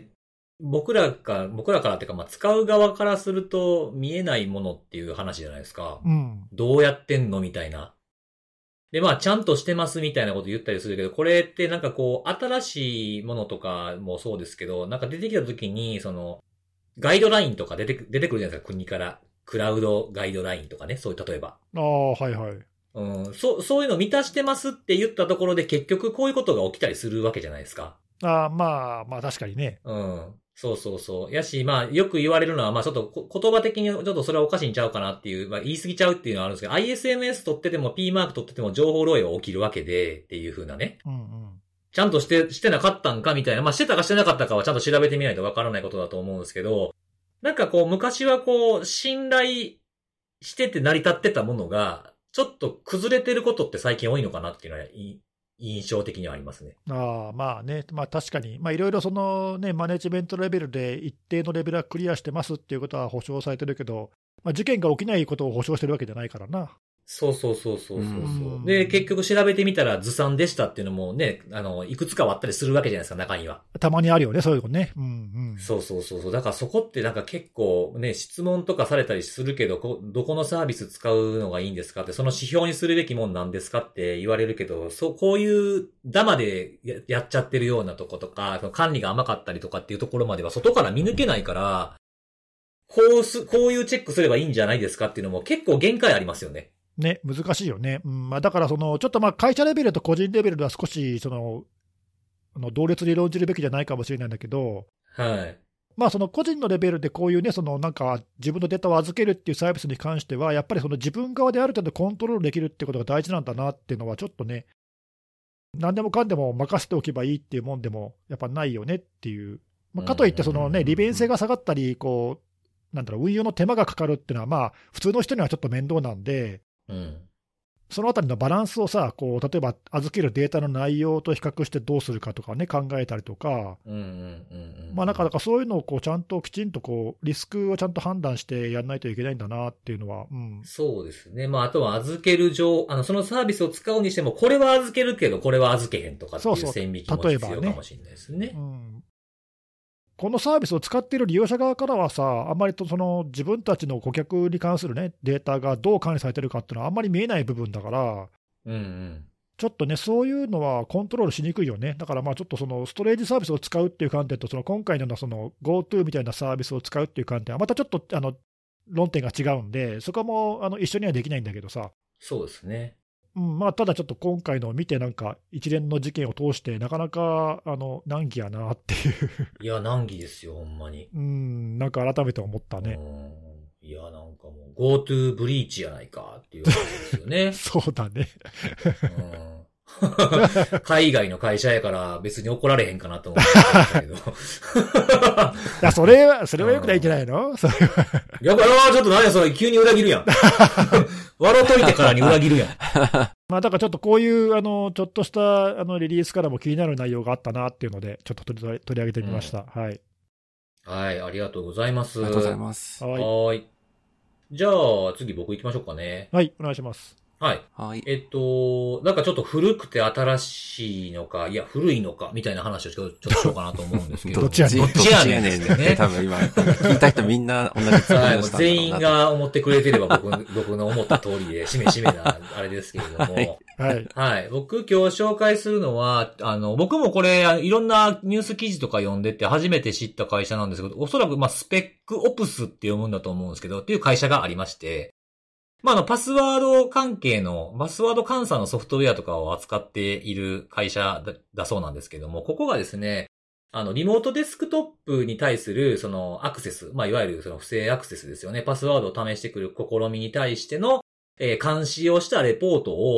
僕らか、僕らからっていうか、まあ、使う側からすると見えないものっていう話じゃないですか。 うん。 どうやってんのみたいな。で、まあ、ちゃんとしてますみたいなこと言ったりするけど、これってなんかこう、新しいものとかもそうですけど、なんか出てきた時に、その、ガイドラインとか出てく、出てくるじゃないですか、国から。クラウドガイドラインとかね、そういう例えば。 ああ、はいはい。 うん、そう、そういうの満たしてますって言ったところで結局こういうことが起きたりするわけじゃないですか。 ああ、まあ、まあ確かにね。 うん。そうそうそう。やし、まあ、よく言われるのは、まあちょっとこ言葉的にちょっとそれはおかしいんちゃうかなっていう、まあ言い過ぎちゃうっていうのはあるんですけど、アイエスエムエス 取ってても P マーク取ってても情報漏洩は起きるわけで、っていう風なね。 うんうん。 ちゃんとして、してなかったんかみたいな。まあしてたかしてなかったかはちゃんと調べてみないとわからないことだと思うんですけど、なんかこう、昔はこう、信頼してて成り立ってたものが、ちょっと崩れてることって最近多いのかなっていうのは、印象的にはありますね。 ああ、まあね、まあ確かに、まあいろいろそのね、マネジメントレベルで一定のレベルはクリアしてますっていうことは保証されてるけど、まあ事件が起きないことを保証してるわけじゃないからな。 そうそうそうそうそうそううん。 で、結局調べてみたらずさんでしたっていうのもね、あの、いくつかはあったりするわけじゃないですか、中には。 たまにあるよね、そういうのね。うんうん。 そうそうそうそう。だからそこってなんか結構ね、質問とかされたりするけど、こどこのサービス使うのがいいんですかって、その指標にするべきもんなんですかって言われるけど、そう、こういうダマでややっちゃってるようなとことか、その管理が甘かったりとかっていうところまでは外から見抜けないから、こうす、こういうチェックすればいいんじゃないですかっていうのも結構限界ありますよね。 ね、難しいよね。うんまあ、だからその、ちょっとまあ会社レベルと個人レベルでは少しその、あの同列に論じるべきじゃないかもしれないんだけど、 はい。 まあ、その個人のレベルでこういうね、そのなんか自分のデータを預けるっていうサービスに関しては、やっぱりその自分側である程度コントロールできるってことが大事なんだなっていうのは、ちょっとね、何でもかんでも任せておけばいいっていうもんでも、やっぱないよねっていう、まあ、かといって、そのね、利便性が下がったり、こう、なんだろう、運用の手間がかかるっていうのは、まあ、普通の人にはちょっと面倒なんで、 うん。 そのあたりのバランスをさ、こう例えば預けるデータの内容と比較してどうするかとかね、考えたりとか、 うんうんうんうん。 まあ、なかなかそういうのをこうちゃんときちんとこうリスクをちゃんと判断してやらないといけないんだなっていうのは、うん、 そうですね。まあ、あとは預ける上、あの、そのサービスを使うにしても、これは預けるけど、これは預けへんとかっていう線引きも必要かもしれないですね。 うん、このサービスを使っている利用者側からはさ、あんまりとその自分たちの顧客に関する、ね、データがどう管理されてるかっていうのはあんまり見えない部分だから、 うんうん。 ちょっとね、そういうのはコントロールしにくいよね。だからまあちょっとそのストレージサービスを使うっていう観点と、その今回のようなその GoTo みたいなサービスを使うっていう観点は、またちょっとあの論点が違うんで、そこはもうあの一緒にはできないんだけどさ。 そうですね。 うんまあ、ただちょっと今回のを見て、なんか一連の事件を通して、なかなかあの難儀やなっていういや、難儀ですよ、ほんまに。 うん、なんか改めて思ったね。 うん。いや、なんかもう、GoTo ブリーチやないかっていう感じですよね。 そうだね。 うん海外の会社やから別に怒られへんかなと思ってたけど。いや、それは、それは良くないんじゃないのそれは。 やっぱ、ちょっと何やそれ、急に裏切るやん。笑うといてからに裏切るやん。 まあ、だからちょっとこういう、あの、ちょっとした、あの、リリースからも気になる内容があったなっていうので、ちょっと取り、取り上げてみました。うん、はい。 はい、ありがとうございます。 ありがとうございます。 はい。はいじゃあ、次僕行きましょうかね。 はい、お願いします。 はい。はい。えっと、なんかちょっと古くて新しいのか、いや、古いのか、みたいな話をちょっとしようかなと思うんですけど。 どっちやねん。 どっちやねんですね。多分今、聞いた人みんな同じつもりでした。 全員が思ってくれてれば僕、僕の思った通りで、しめしめな、あれですけれども。はい。 はい。 はい。僕今日紹介するのは、あの、僕もこれ、いろんなニュース記事とか読んでて初めて知った会社なんですけど、おそらく、まあ、スペックオプスって読むんだと思うんですけど、っていう会社がありまして、まあ、あの、パスワード関係の、パスワード監査のソフトウェアとかを扱っている会社だ、だそうなんですけども、ここがですね、あの、リモートデスクトップに対する、その、アクセス、まあ、いわゆるその不正アクセスですよね。パスワードを試してくる試みに対しての、えー、監視をしたレポートを、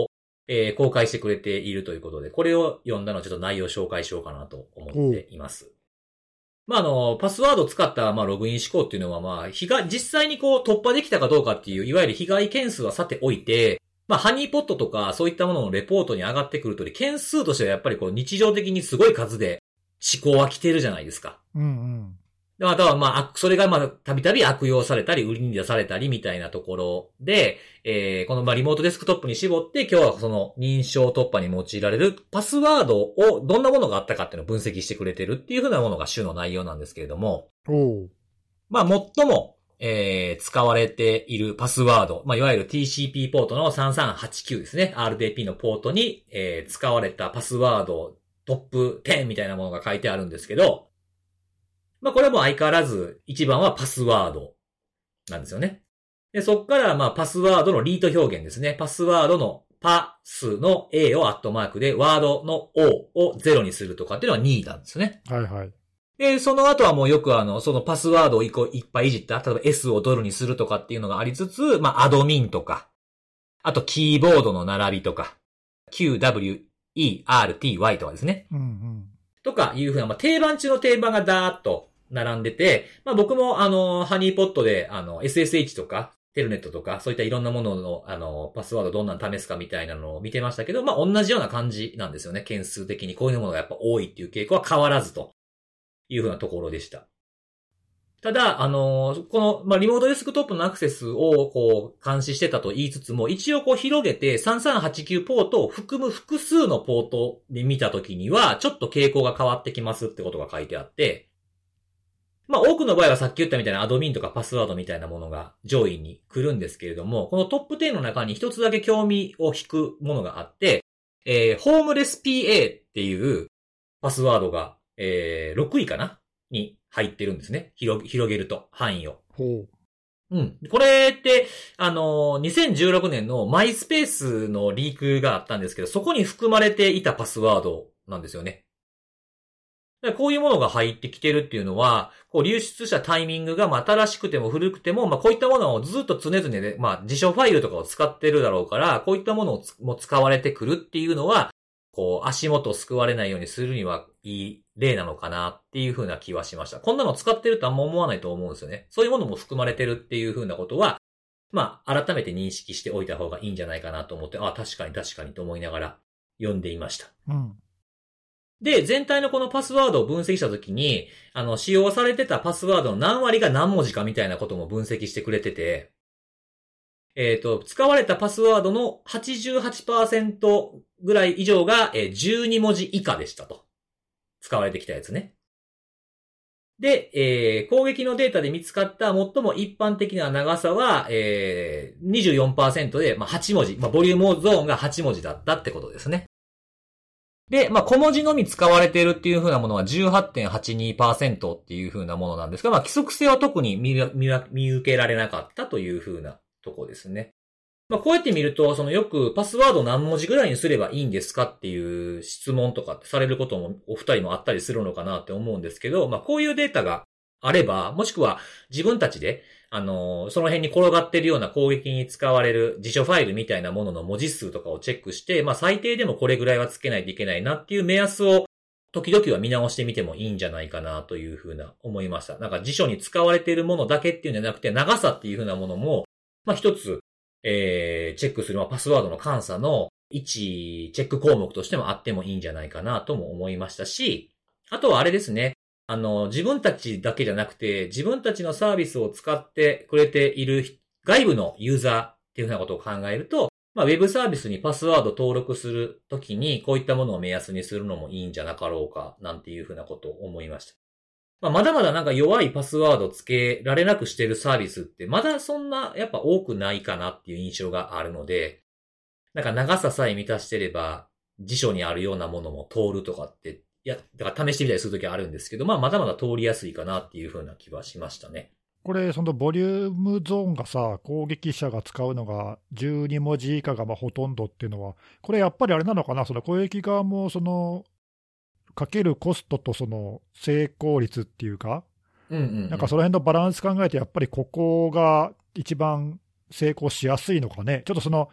えー公開してくれているということで、これを読んだのをちょっと内容を紹介しようかなと思っています。まあ、あの、パスワードを使った、まあ、ログイン思考っていうのは、まあ、被害、実際にこう突破できたかどうかっていう、いわゆる被害件数はさておいて、まあ、ハニーポットとかそういったもののレポートに上がってくるとり、件数としてはやっぱりこう日常的にすごい数で思考は来てるじゃないですか。 うんうん。 またはまあ、それがまあ、たびたび悪用されたり、売りに出されたりみたいなところで、えー、このまあリモートデスクトップに絞って、今日はその認証突破に用いられるパスワードをどんなものがあったかっていうのを分析してくれてるっていうふうなものが主の内容なんですけれども、 おまあ、最も、えー、使われているパスワード、まあ、いわゆる ティーシーピー ポートのさんさんはちきゅうですね。アールディーピー のポートに、えー、使われたパスワードトップじゅうみたいなものが書いてあるんですけど、まあこれも相変わらず一番はパスワードなんですよね。で、そっからまあパスワードのリート表現ですね。パスワードのパスの A をアットマークでワードの O をゼロにするとかっていうのはになんですよね。 はいはい。 で、その後はもうよくあの、そのパスワードをいっぱいいじった、例えば S をドルにするとかっていうのがありつつ、まあアドミンとか、あとキーボードの並びとか、キューダブリューイーアールティーワイ とかですね。 うんうん。 とかいうふうな、まあ定番中の定番がダーッと並んでて、まあ僕もあの、ハニーポットであの、エスエスエイチ とか、テルネットとか、そういったいろんなもののあの、パスワードどんなの試すかみたいなのを見てましたけど、まあ同じような感じなんですよね。件数的にこういうものがやっぱ多いっていう傾向は変わらずというふうなところでした。ただ、あの、この、まあ、リモートデスクトップのアクセスを、こう、監視してたと言いつつも、一応こう広げてさんさんはちきゅうポートを含む複数のポートで見たときには、ちょっと傾向が変わってきますってことが書いてあって、まあ、多くの場合はさっき言ったみたいなアドミンとかパスワードみたいなものが上位に来るんですけれども、このトップじゅうの中に一つだけ興味を引くものがあって、えー、ホームレス ピーエー っていうパスワードが、えー、ろくいかなに入ってるんですね。広、広げると、範囲を。 ほう。 うん。これって、あの、にせんじゅうろくねんのマイスペースのリークがあったんですけど、そこに含まれていたパスワードなんですよね。こういうものが入ってきてるっていうのは、こう流出したタイミングがまあ新しくても古くても、まあこういったものをずっと常々で、まあ辞書ファイルとかを使ってるだろうから、こういったものをも使われてくるっていうのは、こう足元を救われないようにするにはいい例なのかなっていう風な気はしました。こんなの使ってるとあんま思わないと思うんですよね。そういうものも含まれてるっていう風なことは、まあ改めて認識しておいた方がいいんじゃないかなと思って、ああ確かに確かにと思いながら読んでいました。 うん。 で、全体のこのパスワードを分析したときに、あの、使用されてたパスワードの何割が何文字かみたいなことも分析してくれてて、えっと、使われたパスワードの はちじゅうはちパーセント ぐらい以上がじゅうに文字以下でしたと。使われてきたやつね。で、えー、攻撃のデータで見つかった最も一般的な長さは、えー、にじゅうよんパーセント で、まあ、はち文字。まあ、ボリュームゾーンがはち文字だったってことですね。で、まあ、小文字のみ使われているっていう風なものは じゅうはちてんはちにパーセント っていう風なものなんですが、まあ、規則性は特に 見, 見, 見受けられなかったという風なとこですね。まあ、こうやって見ると、そのよくパスワード何文字ぐらいにすればいいんですかっていう質問とかされることもお二人もあったりするのかなって思うんですけど、まあ、こういうデータがあれば、もしくは自分たちで、あの、その辺に転がっているような攻撃に使われる辞書ファイルみたいなものの文字数とかをチェックして、まあ最低でもこれぐらいはつけないといけないなっていう目安を時々は見直してみてもいいんじゃないかなというふうな思いました。なんか辞書に使われているものだけっていうんじゃなくて長さっていうふうなものも、まあ一つ、えー、チェックする、まあ、パスワードの監査の一チェック項目としてもあってもいいんじゃないかなとも思いましたし、あとはあれですね。あの、自分たちだけじゃなくて、自分たちのサービスを使ってくれている外部のユーザーっていうふうなことを考えると、まあ、ウェブサービスにパスワード登録するときに、こういったものを目安にするのもいいんじゃなかろうか、なんていうふうなことを思いました。まあ、まだまだなんか弱いパスワードつけられなくしているサービスって、まだそんなやっぱ多くないかなっていう印象があるので、なんか長ささえ満たしてれば、辞書にあるようなものも通るとかって、いや、だから試してみたりするときはあるんですけど、まあまだまだ通りやすいかなっていう風な気はしましたね。 これ、そのボリュームゾーンがさ、攻撃者が使うのがじゅうに文字以下がまあほとんどっていうのは、これやっぱりあれなのかな、その攻撃側もそのかけるコストとその成功率っていうか、 うんうんうん、 なんかその辺のバランス考えて、やっぱりここが一番成功しやすいのかね、ちょっとその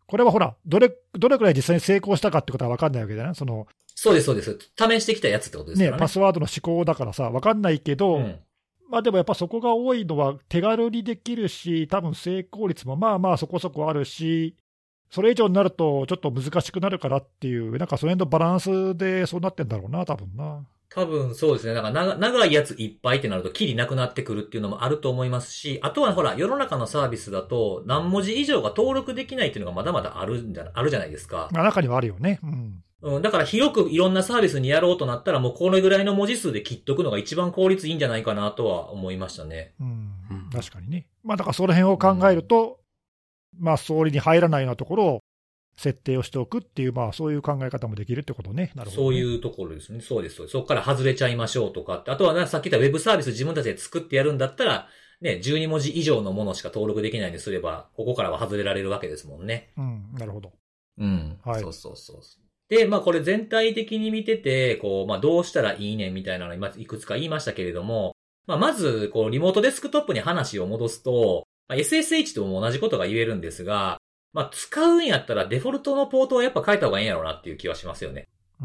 これはほら、どれ、どれくらい実際に成功したかってことは分かんないわけじゃないその、 そうです、そうです。試してきたやつってことですからね。 ね、パスワードの思考だからさ、分かんないけど、 うんまあでもやっぱそこが多いのは手軽にできるし、多分成功率もまあまあそこそこあるし、それ以上になるとちょっと難しくなるからっていう、なんかその辺のバランスでそうなってんだろうな、多分な。 多分そうですね。なんか長長いやついっぱいってなるとキリなくなってくるっていうのもあると思いますし、あとはほら、世の中のサービスだと何文字以上が登録できないっていうのがまだまだあるんじゃ、あるじゃないですか。 中にはあるよね。うん。 うん、だから広くいろんなサービスにやろうとなったらもうこれぐらいの文字数で切っとくのが一番効率いいんじゃないかなとは思いましたね。 うん。確かにね。まあだからその辺を考えると、うん、まあ総理に入らないようなところを設定をしておくっていう、まあそういう考え方もできるってことね。なるほど、ね。そういうところですね。そうです。そこから外れちゃいましょうとかって。あとはね、さっき言ったウェブサービス自分たちで作ってやるんだったら、ね、じゅうに文字以上のものしか登録できないようにすれば、ここからは外れられるわけですもんね。 うん、なるほど。 うん。はい。そうそうそう。で、まあこれ全体的に見てて、こう、まあどうしたらいいねみたいなの今いくつか言いましたけれども、まあまず、こう、リモートデスクトップに話を戻すと、まあ、エスエスエイチ とも同じことが言えるんですが、まあ使うんやったらデフォルトのポートはやっぱ変えた方がいいんやろうなっていう気はしますよね。 うん。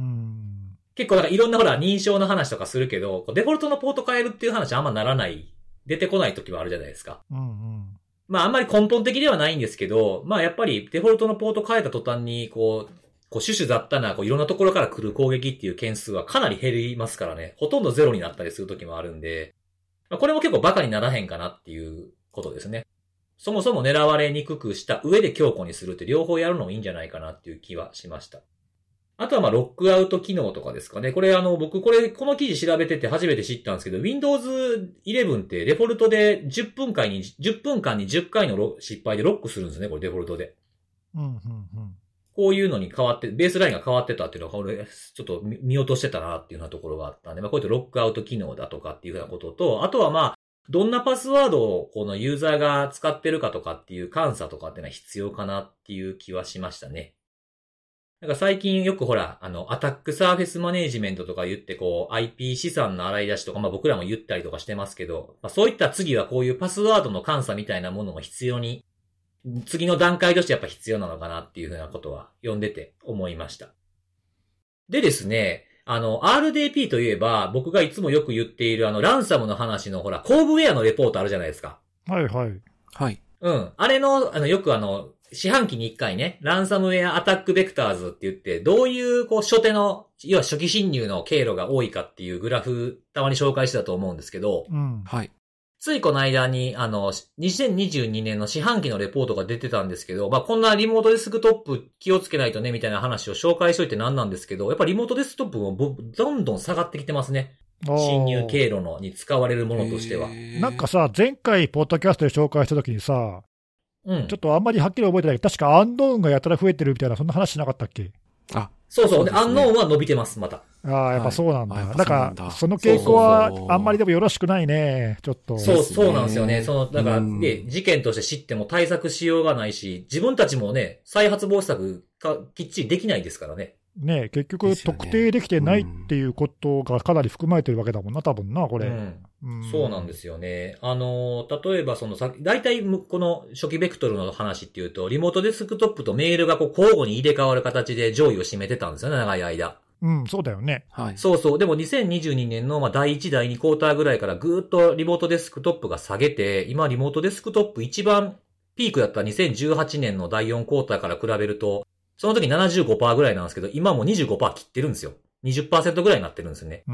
結構なんかいろんなほら認証の話とかするけど、デフォルトのポート変えるっていう話あんまならない、出てこない時はあるじゃないですか。 うんうん。 まああんまり根本的ではないんですけど、まあやっぱりデフォルトのポート変えた途端に、こう、こう、シュシュ雑多な、こう、いろんなところから来る攻撃っていう件数はかなり減りますからね。ほとんどゼロになったりする時もあるんで、まあ、これも結構バカにならへんかなっていうことですね。そもそも狙われにくくした上で強固にするって両方やるのもいいんじゃないかなっていう気はしました。あとはまあ、ロックアウト機能とかですかね。これあの、僕これ、この記事調べてて初めて知ったんですけど、Windows イレブンってデフォルトでじゅっぷんかんに、じゅっぷんかんにじゅっかいの失敗でロックするんですね。これデフォルトで。 うん、うん、うん。 こういうのに変わって、ベースラインが変わってたっていうのは、これ、ちょっと見落としてたなっていうようなところがあったんで、まあ、こういったロックアウト機能だとかっていうふうなことと、あとはまあ、どんなパスワードをこのユーザーが使ってるかとかっていう監査とかっていうのは必要かなっていう気はしましたね。なんか最近よくほら、あの、アタックサーフェスマネージメントとか言って、こう、アイピー 資産の洗い出しとか、まあ僕らも言ったりとかしてますけど、まあそういった次はこういうパスワードの監査みたいなものが必要に、次の段階としてやっぱ必要なのかなっていうふうなことは読んでて思いました。でですね、あの、アールディーピー といえば、僕がいつもよく言っているあの、ランサムの話のほら、コーブウェアのレポートあるじゃないですか。 はいはい。 はい。 うん。あれの、あの、よくあの、四半期に一回ね、ランサムウェアアタックベクターズって言って、どういう、こう、初手の、要は初期侵入の経路が多いかっていうグラフ、たまに紹介してたと思うんですけど、 うん。 はい。 ついこの間に、あの、にせんにじゅうにねんの四半期のレポートが出てたんですけど、まあ、こんなリモートデスクトップ気をつけないとね、みたいな話を紹介しといてなんなんですけど、やっぱリモートデスクトップもどんどん下がってきてますね。侵入経路のに使われるものとしては。 なんかさ、前回、ポッドキャストで紹介したときにさ、 うん、 ちょっとあんまりはっきり覚えてないけど、確かアンノーンがやたら増えてるみたいな、そんな話しなかったっけ？ あ、 そうそう。で、アンノーンは伸びてます、また。 ああ、やっぱそうなんだ。 はい、 だから、その傾向はあんまりでもよろしくないね、ちょっと。 そう、そうなんですよね。その、だから、で、事件として知っても対策しようがないし、自分たちもね、再発防止策かきっちりできないですからね。 ねえ、結局、特定できてないっていうことがかなり含まれてるわけだもんな、多分な、これ。 うんうん、そうなんですよね。あの、例えばそのさ、大体この初期ベクトルの話っていうと、リモートデスクトップとメールがこう交互に入れ替わる形で上位を占めてたんですよね、長い間。 うん、そうだよね。 はい。 そうそう。でもにせんにじゅうにねんのまあだいいち、だいにクォーターぐらいからぐーっとリモートデスクトップが下げて、今リモートデスクトップ一番ピークだったにせんじゅうはちねんのだいよんクォーターから比べると、その時 ななじゅうごパーセント ぐらいなんですけど、今も にじゅうごパーセント 切ってるんですよ。にじゅっパーセント ぐらいになってるんですよね。 うんうん、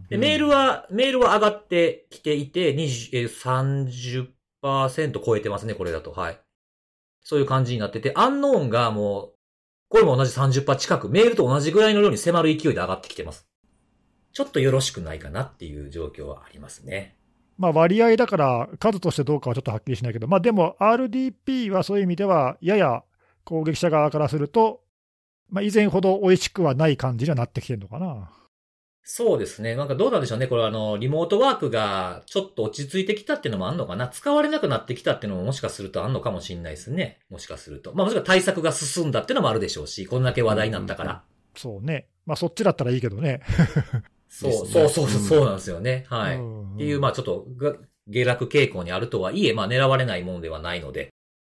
で、メールは、メールは上がってきていて、にじゅう、さんじゅっパーセント 超えてますね、これだと。はい。そういう感じになってて、アンノーンがもう、これも同じ さんじゅっパーセント 近く、メールと同じぐらいの量に迫る勢いで上がってきてます。ちょっとよろしくないかなっていう状況はありますね。 まあ割合だから、数としてどうかはちょっとはっきりしないけど、まあでも アールディーピー はそういう意味では、やや攻撃者側からすると、まあ、以前ほど美味しくはない感じにはなってきてるのかな。 そうですね。なんかどうなんでしょうね。これはあの、リモートワークがちょっと落ち着いてきたっていうのもあんのかな。使われなくなってきたっていうのももしかするとあんのかもしれないですね。もしかすると。まあもしかしたら対策が進んだっていうのもあるでしょうし、こんだけ話題になったから。うん、 そうね。まあそっちだったらいいけどね。 そう、そうそうそう、そうなんですよね。はい。うん、っていう、まあちょっと下落傾向にあるとはいえ、まあ狙われないものではないので。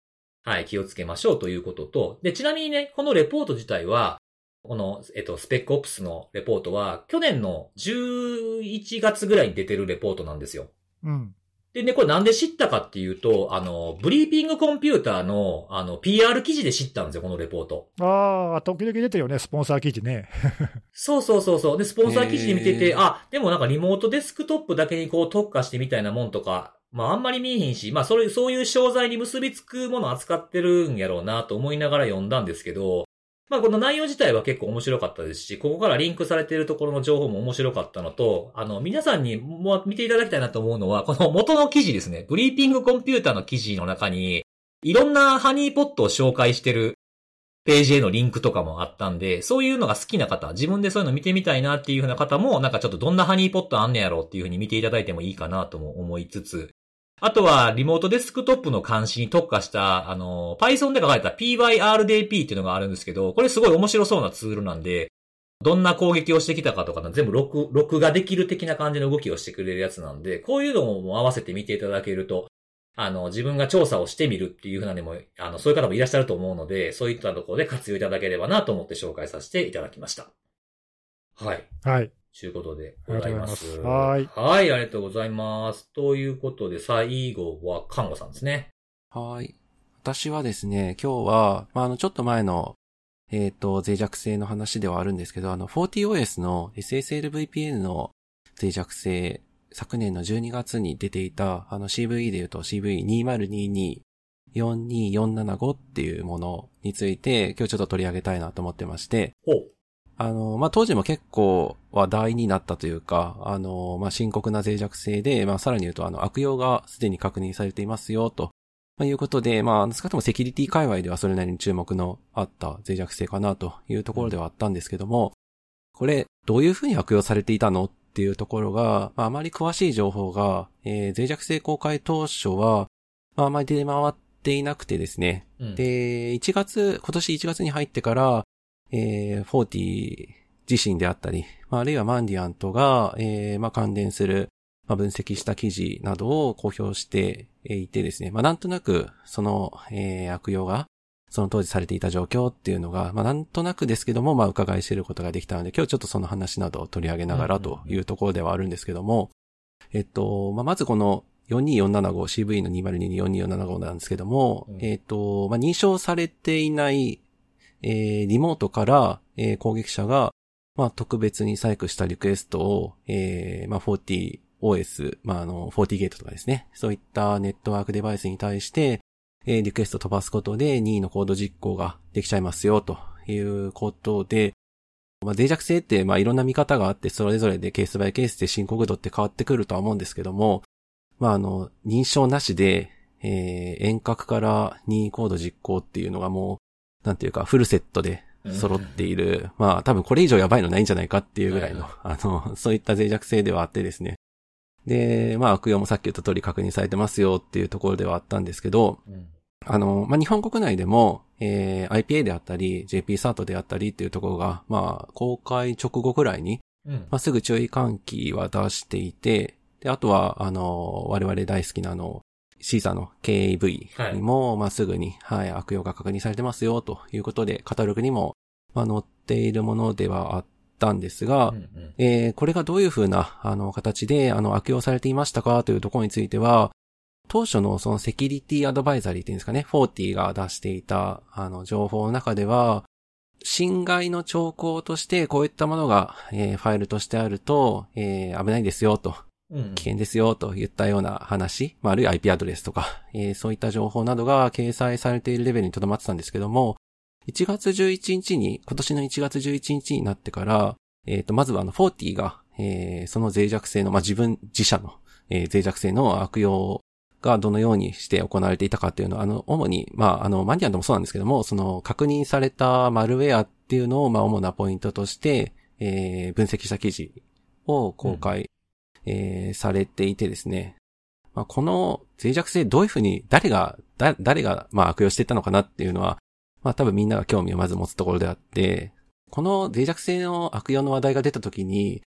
はい、気をつけましょうということと、で、ちなみにね、このレポート自体は、この、えっと、スペックオプスのレポートは、去年のじゅういちがつぐらいに出てるレポートなんですよ。 うん。 でね、これなんで知ったかっていうと、あの、ブリーピングコンピューターの、あの、ピーアール 記事で知ったんですよ、このレポート。 ああ、時々出てるよね、スポンサー記事ね。 そうそうそうそう。で、スポンサー記事で見てて、 へーあ、でもなんかリモートデスクトップだけにこう特化してみたいなもんとか、まああんまり見えへんし、まあそれ、そういう商材に結びつくものを扱ってるんやろうなと思いながら読んだんですけど、まあこの内容自体は結構面白かったですし、ここからリンクされているところの情報も面白かったのと、あの、皆さんにも見ていただきたいなと思うのは、この元の記事ですね。ブリーピングコンピューターの記事の中に、いろんなハニーポットを紹介してるページへのリンクとかもあったんで、そういうのが好きな方、自分でそういうの見てみたいなっていう風な方も、なんかちょっとどんなハニーポットあんねやろうっていう風に見ていただいてもいいかなとも思いつつ、あとは、リモートデスクトップの監視に特化した、あの、Python で書かれた ピーワイアールディーピー っていうのがあるんですけど、これすごい面白そうなツールなんで、どんな攻撃をしてきたかとかの全部録、録画できる的な感じの動きをしてくれるやつなんで、こういうのも合わせて見ていただけると、あの、自分が調査をしてみるっていうふうなのも、あの、そういう方もいらっしゃると思うので、そういったところで活用いただければなと思って紹介させていただきました。はい。 はい。 ということでございます。 はい。 はい、ありがとうございます。ということで、最後は、看護さんですね。 はい。私はですね、今日は、まあ、あの、ちょっと前の、えっと、脆弱性の話ではあるんですけど、あの、フォーティーオーエス の エスエスエルブイピーエヌ の脆弱性、昨年のじゅうにがつに出ていた、あの シーブイイー で言うと シーブイイーにせんにじゅうに よんにーよんななご っていうものについて、今日ちょっと取り上げたいなと思ってまして、 ほう。 あの、まあ、当時も結構話題になったというか、あの、まあ、深刻な脆弱性で、まあ、さらに言うと、あの、悪用がすでに確認されていますよ、と、まあ、いうことで、まあ、少なくともセキュリティ界隈ではそれなりに注目のあった脆弱性かなというところではあったんですけども、これ、どういうふうに悪用されていたのっていうところが、まあ、あまり詳しい情報が、えー、脆弱性公開当初は、まあ、あまり出回っていなくてですね、うん、で、いちがつ、今年いちがつに入ってから、えー、フォーティー自身であったり、まあ、あるいはマンディアントが、えー、まあ、関連する、まあ、分析した記事などを公表していてですね、まあ、なんとなく、その、えー、悪用が、その当時されていた状況っていうのが、まあ、なんとなくですけども、まあ、伺い知ることができたので、今日ちょっとその話などを取り上げながらというところではあるんですけども、えっと、まあ、まずこの、よんにーよんななご、シーブイイー の にせんにじゅうに よんにーよんななご なんですけども、うん、えっと、まあ、認証されていない、えー、リモートから、えー、攻撃者が、まあ、特別に細工したリクエストを、えー、まあ、フォーティーオーエス、まあ、あの、フォーティーゲートとかですね。そういったネットワークデバイスに対して、えー、リクエスト飛ばすことで任意のコード実行ができちゃいますよ、ということで、まあ、脆弱性って、まあ、いろんな見方があって、それぞれでケースバイケースで深刻度って変わってくるとは思うんですけども、まあ、あの、認証なしで、えー、遠隔から任意コード実行っていうのがもう、なんていうか、フルセットで揃っている。まあ、多分これ以上やばいのないんじゃないかっていうぐらいの、あの、そういった脆弱性ではあってですね。で、まあ、悪用もさっき言った通り確認されてますよっていうところではあったんですけど、うん、あの、まあ、日本国内でも、えー、アイピーエー であったり、ジェーピー サートであったりっていうところが、まあ、公開直後くらいに、うんまあ、すぐ注意喚起は出していて、で、あとは、あの、我々大好きなあの、シーサーの ケーエーブイ にも、はい、まあ、すぐに、はい、悪用が確認されてますよ、ということで、カタログにも、まあ、載っているものではあったんですが、うんうんえー、これがどういうふうな、あの、形で、あの、悪用されていましたかというところについては、当初のそのセキュリティアドバイザリーっていうんですかね、フォーティーが出していた、あの、情報の中では、侵害の兆候として、こういったものが、えー、ファイルとしてあると、えー、危ないですよ、と。危険ですよといったような話、まあ、あるいは アイピー アドレスとか、えー、そういった情報などが掲載されているレベルにとどまってたんですけども、いちがつじゅういちにちに、今年のいちがつじゅういちにちになってから、えっと、まずはあの、フォーティーが、えー、その脆弱性の、まあ、自分自社の、えー、脆弱性の悪用がどのようにして行われていたかっていうのは、あの、主に、まあ、あの、マニアントもそうなんですけども、その、確認されたマルウェアっていうのを、まあ、主なポイントとして、えー、分析した記事を公開、うんえー、されていてですね。まあ、この脆弱性どういうふうに誰が、だ、誰が、まあ、悪用していったのかなっていうのは、まあ、多分みんなが興味をまず持つところであって、この脆弱性の悪用の話題が出たときに、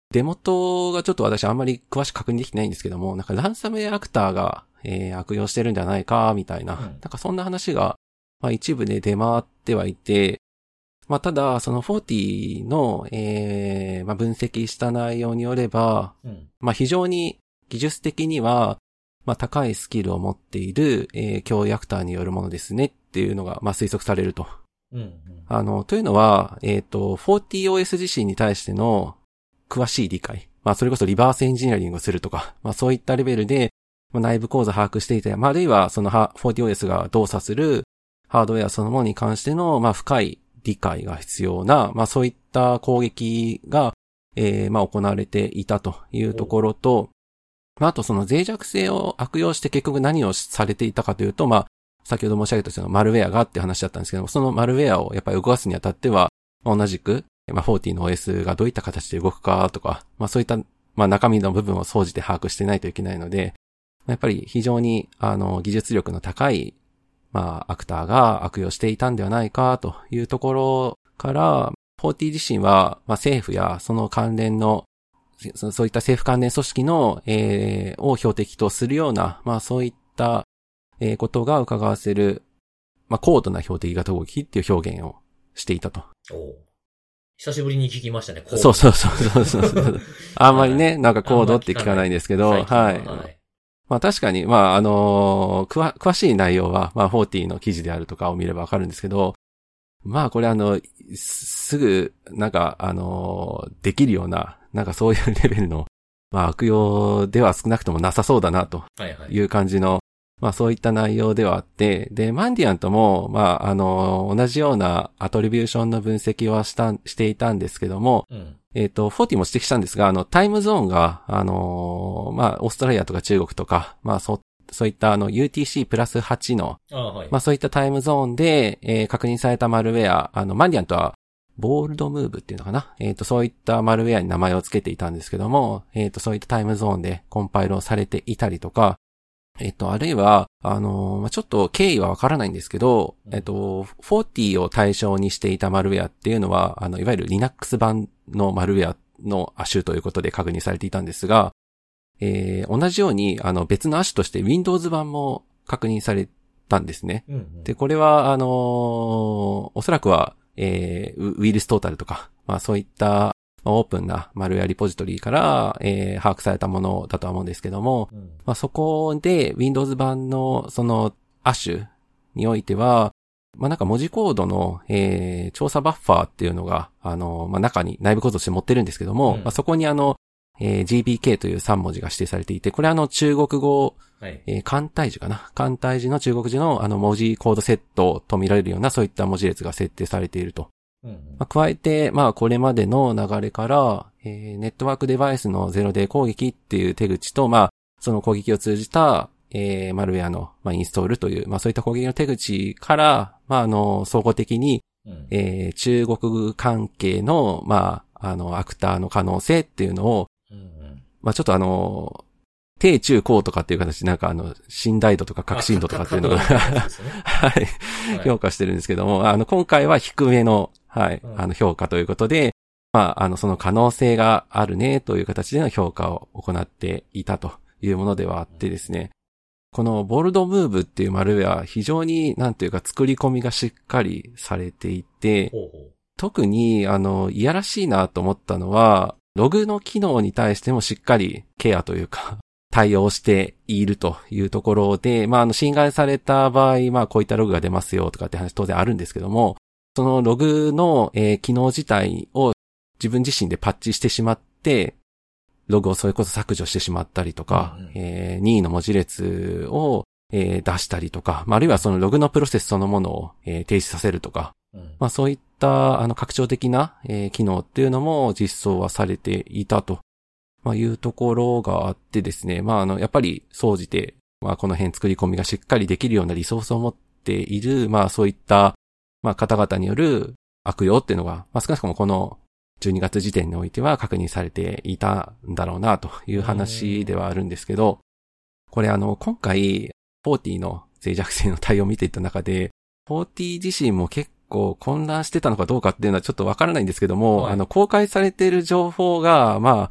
出元がちょっと私あんまり詳しく確認できてないんですけども、なんかランサムウェアアクターが、えー、悪用してるんじゃないか、みたいな、うん、なんかそんな話が、まあ一部で出回ってはいて、まあただ、そのフォーティーの、えー、まあ分析した内容によれば、うん、まあ非常に技術的には、まあ高いスキルを持っている、えー、脅威アクターによるものですねっていうのが、まあ推測されると。うんうん、あの、というのは、えっと、フォーティーオーエス 自身に対しての詳しい理解。まあそれこそリバースエンジニアリングをするとか、まあそういったレベルで、まあ、内部構造を把握していて、まああるいはその フォーティーオーエス が動作するハードウェアそのものに関しての、まあ深い理解が必要な、まあそういった攻撃が、えー、まあ行われていたというところと、まああとその脆弱性を悪用して結局何をされていたかというと、まあ先ほど申し上げたそのマルウェアがって話だったんですけども、そのマルウェアをやっぱり動かすにあたっては、まあ、同じく、まあフォーティーの オーエス がどういった形で動くかとか、まあそういった、まあ中身の部分を総じて把握してないといけないので、やっぱり非常にあの技術力の高い、まあアクターが悪用していたんではないかというところから、フォーティー自身は、まあ政府やその関連の、そういった政府関連組織の、えー、を標的とするような、まあそういった、えー、ことが伺わせる、まあ高度な標的型攻撃っていう表現をしていたと。 お久しぶりに聞きましたね、 そうそうそうそうそう。あんまりね、なんかコードって聞かないんですけど、はい。はい、まあ確かに、まああのー、くわ、詳しい内容は、まあフォーティーの記事であるとかを見ればわかるんですけど、まあこれあの、すぐ、なんかあのー、できるような、なんかそういうレベルの、まあ悪用では少なくともなさそうだな、という感じの、はいはい、まあそういった内容ではあって、で、マンディアントも、まああの、同じようなアトリビューションの分析はした、していたんですけども、うん、えっと、フォーティーも指摘したんですが、あの、タイムゾーンが、あの、まあオーストラリアとか中国とか、まあそう、そういったあの ユーティーシープラスはち の、あ、はい、まあそういったタイムゾーンで、えー、確認されたマルウェア、あの、マンディアントは、ボールドムーブっていうのかな、えっと、そういったマルウェアに名前を付けていたんですけども、えっと、そういったタイムゾーンでコンパイルをされていたりとか、えっと、あるいは、あのー、ちょっと経緯はわからないんですけど、えっと、フォーティーを対象にしていたマルウェアっていうのは、あの、いわゆる Linux 版のマルウェアの亜種ということで確認されていたんですが、えー、同じように、あの、別の亜種として Windows 版も確認されたんですね。うんうん、で、これは、あのー、おそらくは、えー、ウイルストータルとか、まあそういった、オープンなマルウェアリポジトリから、えー、把握されたものだとは思うんですけども、うん、まあそこで Windows 版のその亜種においては、まあなんか文字コードの、えー、調査バッファーっていうのが、あの、まあ中に内部構造として持ってるんですけども、うん、まあそこにあの、えー、ジービーケー というさん文字が指定されていて、これあの中国語、はい、えー、簡体字かな簡体字の中国字のあの文字コードセットと見られるようなそういった文字列が設定されていると。うんうん、まあ、加えて、まあこれまでの流れから、えー、ネットワークデバイスのゼロデー攻撃っていう手口と、まあその攻撃を通じた、えー、マルウェアの、まあ、インストールという、まあそういった攻撃の手口から、まああの、総合的に、うん、えー、中国関係の、まあ、あの、アクターの可能性っていうのを、うんうん、まあちょっとあの、低中高とかっていう形でなんかあの、信頼度とか確信度とかっていうのが、はい、評価してるんですけども、あの、今回は低めの、はい、あの、評価ということで、まあ、あの、その可能性があるねという形での評価を行っていたというものではあってですね、このボルドムーブっていうマルウェア、非常になんていうか作り込みがしっかりされていて、ほうほう、特にあの、いやらしいなと思ったのは、ログの機能に対してもしっかりケアというか、対応しているというところで、まあ、あの、侵害された場合、まあ、こういったログが出ますよとかって話当然あるんですけども、そのログの、えー、機能自体を自分自身でパッチしてしまって、ログをそれこそ削除してしまったりとか、うんうん、えー、任意の文字列を、えー、出したりとか、まあ、あるいはそのログのプロセスそのものを、えー、停止させるとか、うん、まあ、そういったあの拡張的な、えー、機能っていうのも実装はされていたと。まあいうところがあってですね。まああの、やっぱり総じて、まあこの辺作り込みがしっかりできるようなリソースを持っている、まあそういった、まあ方々による悪用っていうのが、まあ少なくともこのじゅうにがつ時点においては確認されていたんだろうなという話ではあるんですけど、これあの、今回、フォーティーの脆弱性の対応を見ていった中で、フォーティー自身も結構混乱してたのかどうかっていうのはちょっとわからないんですけども、はい、あの、公開されている情報が、まあ、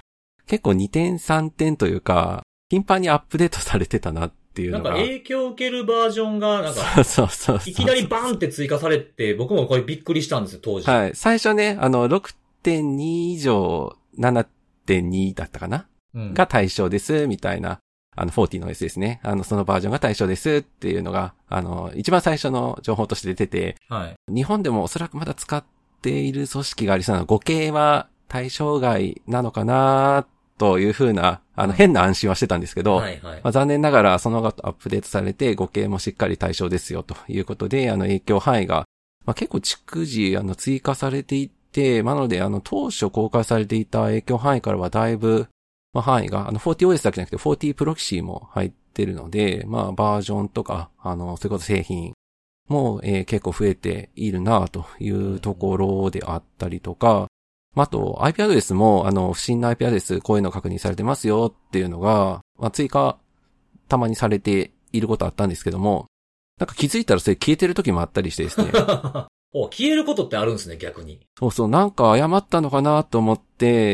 結構にてんさんてんというか、頻繁にアップデートされてたなっていうのが。 なんか影響を受けるバージョンが、なんか、 そうそうそうそう。 いきなりバーンって追加されて、僕もこれびっくりしたんですよ、当時。 はい。最初ね、あの、ろくてんに 以上 ななてんに だったかな、うん、が対象です、みたいな。あの、よんじゅうの エス ですね。あの、そのバージョンが対象ですっていうのが、あの、一番最初の情報として出てて、はい。日本でもおそらくまだ使っている組織がありそうなご系は対象外なのかなというふうな、あの、変な安心はしてたんですけど、はいはい。まあ、残念ながらその後アップデートされてご系もしっかり対象ですよということで、あの、影響範囲が、まあ、結構逐次、あの、追加されていって、なので、あの、当初公開されていた影響範囲からはだいぶ、まあ、範囲が、あの、フォーティーオーエス だけじゃなくて、フォーティー プロキシーも入ってるので、まあ、バージョンとか、あの、それこそ製品も、えー、結構増えているなというところであったりとか、あと、アイピー アドレスも、あの、不審な アイピー アドレス、こういうの確認されてますよっていうのが、まあ、追加、たまにされていることあったんですけども、なんか気づいたらそれ消えてる時もあったりしてですね。 お、消えることってあるんですね、逆に。 そうそう、なんか誤ったのかなと思って、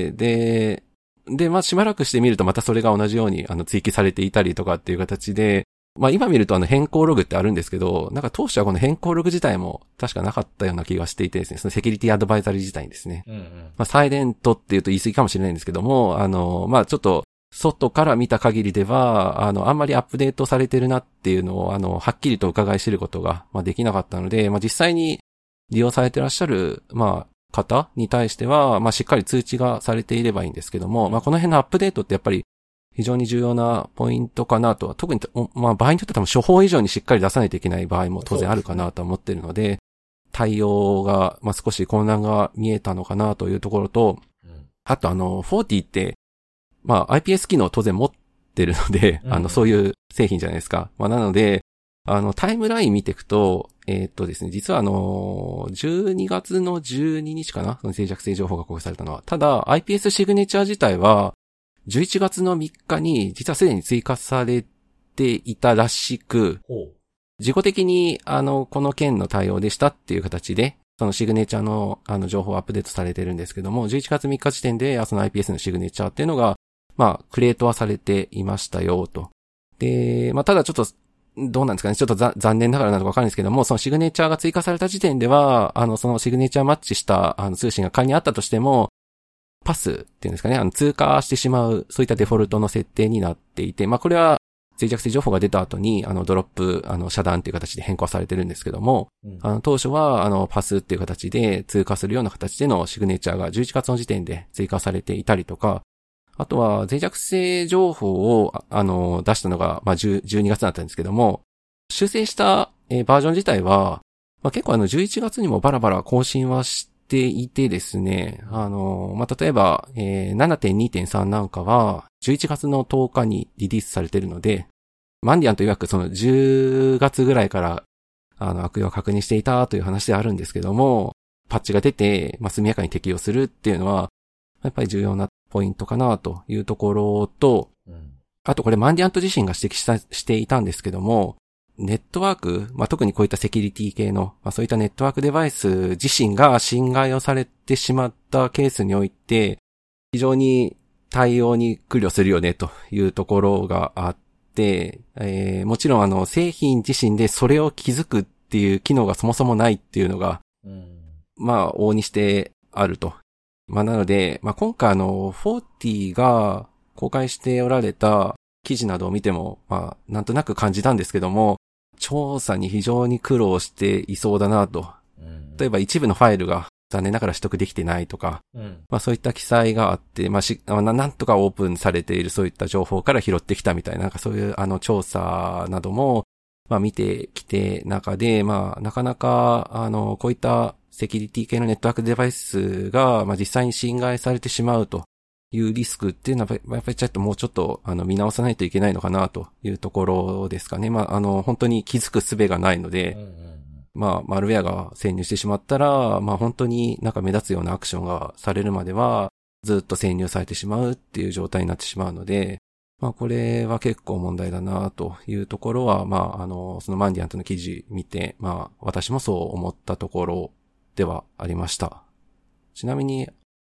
で、で、まあ、しばらくしてみるとまたそれが同じように、あの、追記されていたりとかっていう形で、まあ、今見るとあの、変更ログってあるんですけど、なんか当初はこの変更ログ自体も確かなかったような気がしていてですね、そのセキュリティアドバイザリー自体にですね。うんうん、まあ、サイレントっていうと言い過ぎかもしれないんですけども、あの、まあ、ちょっと、外から見た限りでは、あの、あんまりアップデートされてるなっていうのを、あの、はっきりと伺い知ることが、まあ、できなかったので、まあ、実際に利用されてらっしゃる、まあ、方に対しては、まあ、しっかり通知がされていればいいんですけども、まあ、この辺のアップデートってやっぱり非常に重要なポイントかなとは、特に、まあ、場合によっては多分処方以上にしっかり出さないといけない場合も当然あるかなとは思っているので、対応が、まあ、少し混乱が見えたのかなというところと、あとあの、よんじゅうって、まあ、アイピーエス 機能を当然持ってるので、うん、あの、そういう製品じゃないですか。まあ、なので、あの、タイムライン見ていくと、えー、っとですね、実はあの、じゅうにがつのじゅうににちかな、その脆弱性情報が公開されたのは。ただ、アイピーエス シグネチャー自体は、じゅういちがつのみっかに、実はすでに追加されていたらしく、自己的に、あの、この件の対応でしたっていう形で、そのシグネチャーの、あの、情報アップデートされてるんですけども、じゅういちがつみっか時点で、その アイピーエス のシグネチャーっていうのが、まあ、クリエイトはされていましたよ、と。で、まあ、ただちょっと、どうなんですかね。ちょっと残念ながらなのかわかんないですけども、そのシグネチャーが追加された時点では、あの、そのシグネチャーマッチした、あの、通信が仮にあったとしても、パスっていうんですかね、あの、通過してしまう、そういったデフォルトの設定になっていて、まあ、これは、脆弱性情報が出た後に、あの、ドロップ、あの、遮断っていう形で変更されてるんですけども、うん、あの、当初は、あの、パスっていう形で通過するような形でのシグネチャーがじゅういちがつの時点で追加されていたりとか、あとは、脆弱性情報を、あの、出したのが、まあ、じゅうにがつだったんですけども、修正した、えー、バージョン自体は、まあ、結構あの、じゅういちがつにもバラバラ更新はしていてですね、あの、まあ、例えば、えー、ななてんにてんさん なんかは、じゅういちがつのとおかにリリースされているので、マンディアンと曰くそのじゅうがつぐらいから、あの、悪用を確認していたという話であるんですけども、パッチが出て、まあ、速やかに適用するっていうのは、やっぱり重要なポイントかなというところと、うん、あとこれマンディアント自身が指摘したしていたんですけども、ネットワーク、まあ、特にこういったセキュリティ系の、まあ、そういったネットワークデバイス自身が侵害をされてしまったケースにおいて、非常に対応に苦慮するよねというところがあって、えー、もちろんあの製品自身でそれを気づくっていう機能がそもそもないっていうのが、うん、まあ、往々にしてあると。まあなので、まあ今回あの、よんじゅうが公開しておられた記事などを見ても、まあなんとなく感じたんですけども、調査に非常に苦労していそうだなと。うん、例えば一部のファイルが残念ながら取得できてないとか、うん、まあそういった記載があって、まあし、なんとかオープンされているそういった情報から拾ってきたみたいな、なんかそういうあの調査なども、まあ見てきて中で、まあなかなかあの、こういったセキュリティ系のネットワークデバイスが、まあ、実際に侵害されてしまうというリスクっていうのは、やっぱりちょっともうちょっと、あの、見直さないといけないのかなというところですかね。まあ、あの、本当に気づく術がないので、うんうんうん、まあ、マルウェアが潜入してしまったら、まあ、本当になんか目立つようなアクションがされるまでは、ずっと潜入されてしまうっていう状態になってしまうので、まあ、これは結構問題だなというところは、まあ、あの、そのマンディアントの記事見て、まあ、私もそう思ったところではありました。ちなみに、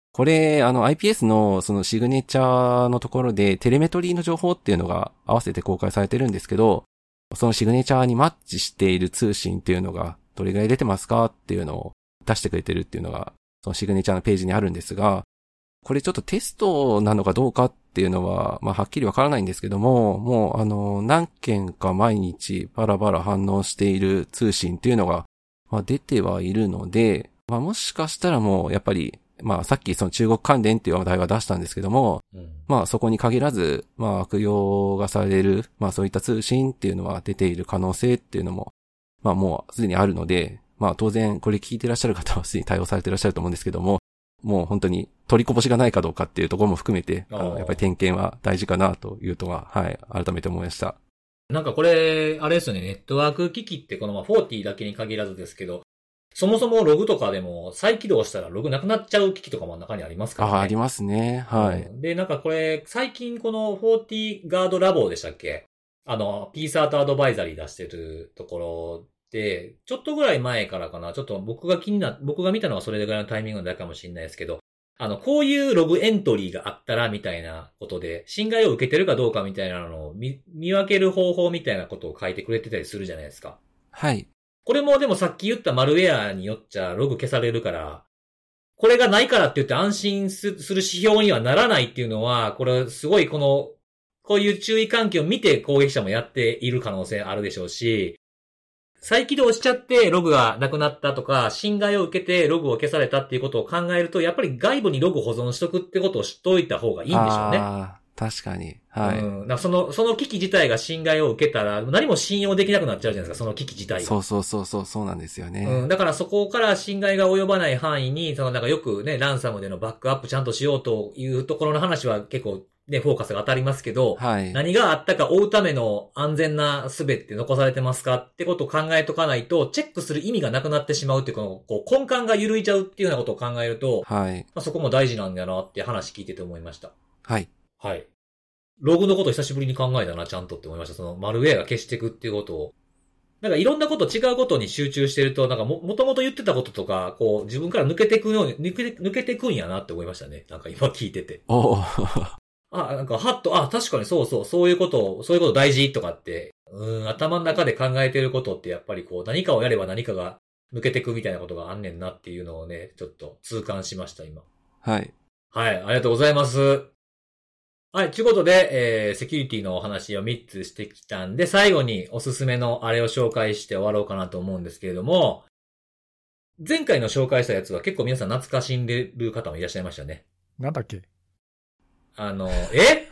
これ、あの アイピーエス のそのシグネチャーのところでテレメトリーの情報っていうのが合わせて公開されてるんですけど、そのシグネチャーにマッチしている通信っていうのがどれぐらい出てますかっていうのを出してくれてるっていうのが、そのシグネチャーのページにあるんですが、これちょっとテストなのかどうかっていうのは、まあはっきりわからないんですけども、もうあの何件か毎日バラバラ反応している通信っていうのが、まあ、出てはいるので、まあもしかしたらもうやっぱりまあさっきその中国関連っていう話題は出したんですけども、うん、まあそこに限らず、まあ悪用がされる、まあそういった通信っていうのは出ている可能性っていうのも、まあもうすでにあるので、まあ当然これ聞いてらっしゃる方はすでに対応されてらっしゃると思うんですけども、もう本当に取りこぼしがないかどうかっていうところも含めて、あのやっぱり点検は大事かなというとは、はい、改めて思いました。 なんかこれ、あれですよね、ネットワーク機器ってこのまあフォーティーだけに限らずですけど、そもそもログとかでも再起動したらログなくなっちゃう機器とかも中にありますからね。 あ、ありますね。はい。 で、なんかこれ、最近このフォーティーガードラボでしたっけ？あの、ピーサートアドバイザリー出してるところで、ちょっとぐらい前からかな、ちょっと僕が気にな、僕が見たのはそれぐらいのタイミングだけかもしれないですけど、あの、こういうログエントリーがあったらみたいなことで、侵害を受けてるかどうかみたいなのを 見, 見分ける方法みたいなことを書いてくれてたりするじゃないですか。 はい。 これもでもさっき言ったマルウェアによっちゃログ消されるから、これがないからって言って安心する指標にはならないっていうのは、これすごいこの、こういう注意喚起を見て攻撃者もやっている可能性あるでしょうし、再起動しちゃってログがなくなったとか、侵害を受けてログを消されたっていうことを考えると、やっぱり外部にログ保存しとくってことを知っといた方がいいんでしょうね。 ああ、確かに。はい。 うん。だからその、その機器自体が侵害を受けたら、何も信用できなくなっちゃうじゃないですか、その機器自体が。 そうそうそうそう、そうなんですよね。 うん。だからそこから侵害が及ばない範囲に、そのなんかよくね、ランサムでのバックアップちゃんとしようというところの話は結構ね、フォーカスが当たりますけど、 はい。 何があったか追うための安全な術って残されてますかってことを考えとかないと、チェックする意味がなくなってしまうっていう、この、こう根幹が緩いちゃうっていうようなことを考えると、 はい。 まあ、そこも大事なんだなって話聞いてて思いました。 はい。 はい。ログのことを久しぶりに考えたな、ちゃんとって思いました。その、マルウェアが消していくっていうことを。なんかいろんなこと違うことに集中してると、なんかも、もともと言ってたこととか、こう、自分から抜けていくように、抜けて、抜けていくんやなって思いましたね。なんか今聞いてて。 おあ、なんか、はっと、あ、確かにそうそう、そういうことを、そういうこと大事とかって、うん、頭の中で考えてることってやっぱりこう、何かをやれば何かが抜けていくみたいなことがあんねんなっていうのをね、ちょっと痛感しました、今。 はい。 はい、ありがとうございます。はい、ということで、えー、セキュリティのお話をみっつしてきたんで、最後におすすめのあれを紹介して終わろうかなと思うんですけれども、前回の紹介したやつは結構皆さん懐かしんでる方もいらっしゃいましたね。 なんだっけ？ あの、え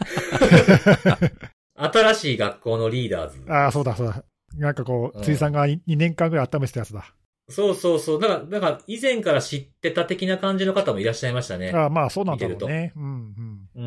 新しい学校のリーダーズ。 ああ、そうだそうだ。なんかこう、 うん、 辻さんがにねんかんぐらい温めてたやつだ。 そうそうそう。だから、だから以前から知ってた的な感じの方もいらっしゃいましたね。 ああ、まあそうなんだろうね。うんうん。うん。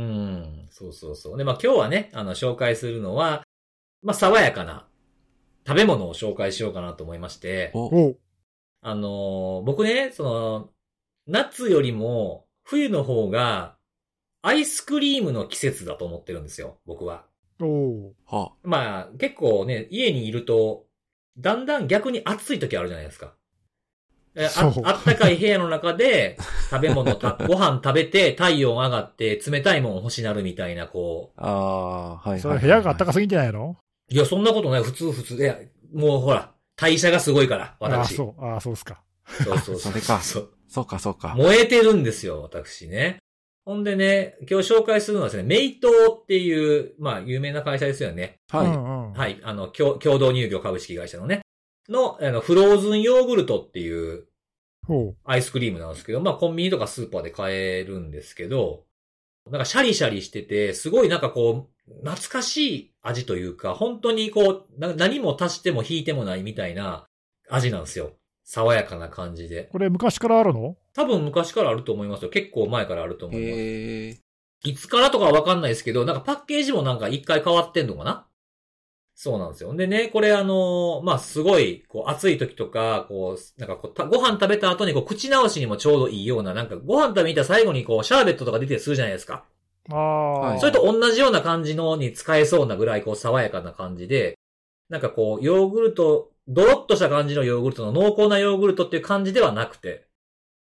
そうそうそう。で、まあ今日はね、あの、紹介するのは、まあ爽やかな食べ物を紹介しようかなと思いまして。 おあの、僕ね、その、夏よりも冬の方が、アイスクリームの季節だと思ってるんですよ、僕は。 おはあ、まあ、結構ね、家にいると、だんだん逆に暑い時あるじゃないですか。あ, あったかい部屋の中で、食べ物た、ご飯食べて、体温上がって、冷たいもん欲しなるみたいな、こう。ああ、はいはい、はい。 それ部屋があったかすぎんじゃないの？ いや、そんなことない。普通、普通。いや、もうほら、代謝がすごいから、私。 ああ、そう。ああ、そうっすか。 そうそうそう。 それか。 そう。 そうか、そうか。 燃えてるんですよ、私ね。ほんでね、今日紹介するのはですね、メイトーっていう、まあ、有名な会社ですよね。 はい。 うんうん、 はい。あの、共同乳業株式会社のね。の、あの、フローズンヨーグルトっていう、アイスクリームなんですけど、まあ、コンビニとかスーパーで買えるんですけど、なんかシャリシャリしてて、すごいなんかこう、懐かしい味というか、本当にこう、何も足しても引いてもないみたいな味なんですよ。爽やかな感じで。 これ昔からあるの？ 多分昔からあると思いますよ。結構前からあると思います。 へー。 いつからとかはわかんないですけど、なんかパッケージもなんか一回変わってんのかな？そうなんですよ。でね、これあの、まあ、すごい、こう、暑い時とか、こう、なんかこう、ご飯食べた後にこう、口直しにもちょうどいいような、なんかご飯食べに行った最後にこう、シャーベットとか出てするじゃないですか。 ああ。 それと同じような感じのに使えそうなぐらい、こう、爽やかな感じで、なんかこう、ヨーグルト、ドロッとした感じのヨーグルトの濃厚なヨーグルトっていう感じではなくて、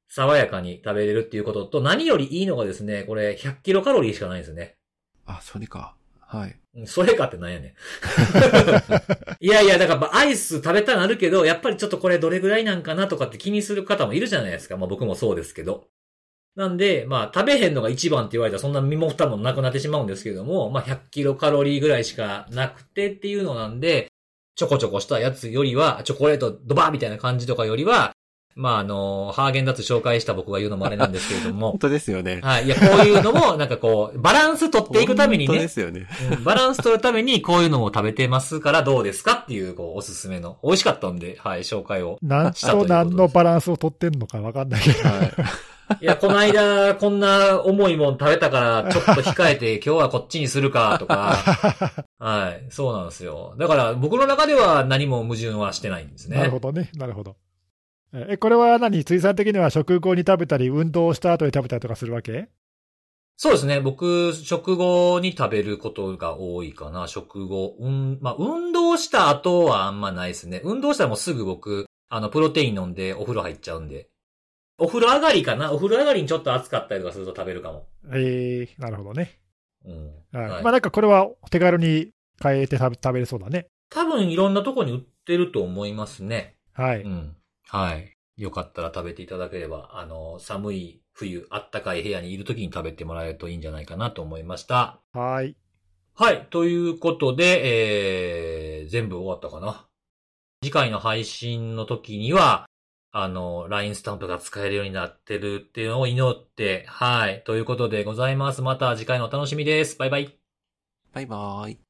爽やかに食べれるっていうことと、何よりいいのがですね、これひゃくキロカロリーしかないんですよね。 あ、それか。はい。 それかってなんやねん。いやいや、だからアイス食べたなるけど、やっぱりちょっとこれどれぐらいなんかなとかって気にする方もいるじゃないですか。まあ僕もそうですけど。なんで、まあ食べへんのが一番って言われたらそんな身も蓋もなくなってしまうんですけれども、まあひゃくキロカロリーぐらいしかなくてっていうのなんで、ちょこちょこしたやつよりは、チョコレートドバーみたいな感じとかよりは、まああの、ハーゲンダッツ紹介した僕が言うのもあれなんですけれども。 本当ですよね。 はい。いや、こういうのも、なんかこう、バランス取っていくためにね。 本当ですよね、 うん。バランス取るために、こういうのも食べてますからどうですかっていう、こう、おすすめの。美味しかったんで、はい、紹介をしたということです。 なんと何のバランスを取ってんのかわかんないけど。はい。 いや、この間、こんな重いもん食べたから、ちょっと控えて、今日はこっちにするか、とか。はい。そうなんですよ。だから、僕の中では何も矛盾はしてないんですね。 なるほどね。なるほど。え、これは何？辻さん的には食後に食べたり、運動した後に食べたりとかするわけ？ そうですね。僕、食後に食べることが多いかな。食後。うん、まあ、運動した後はあんまないですね。運動したらもうすぐ僕、あの、プロテイン飲んでお風呂入っちゃうんで。お風呂上がりかな。お風呂上がりにちょっと暑かったりとかすると食べるかも。 ええー、なるほどね。 うん。 はい。はい、まあなんかこれは手軽に変えて食べ、食べれそうだね。 多分いろんなとこに売ってると思いますね。 はい。 うん。はい。よかったら食べていただければ、あの、寒い冬、あったかい部屋にいるときに食べてもらえるといいんじゃないかなと思いました。 はい。 はい。ということで、えー、全部終わったかな。次回の配信の時には、あの、ライン スタンプが使えるようになってるっていうのを祈って、はい。ということでございます。また次回のお楽しみです。バイバイ。 バイバーイ。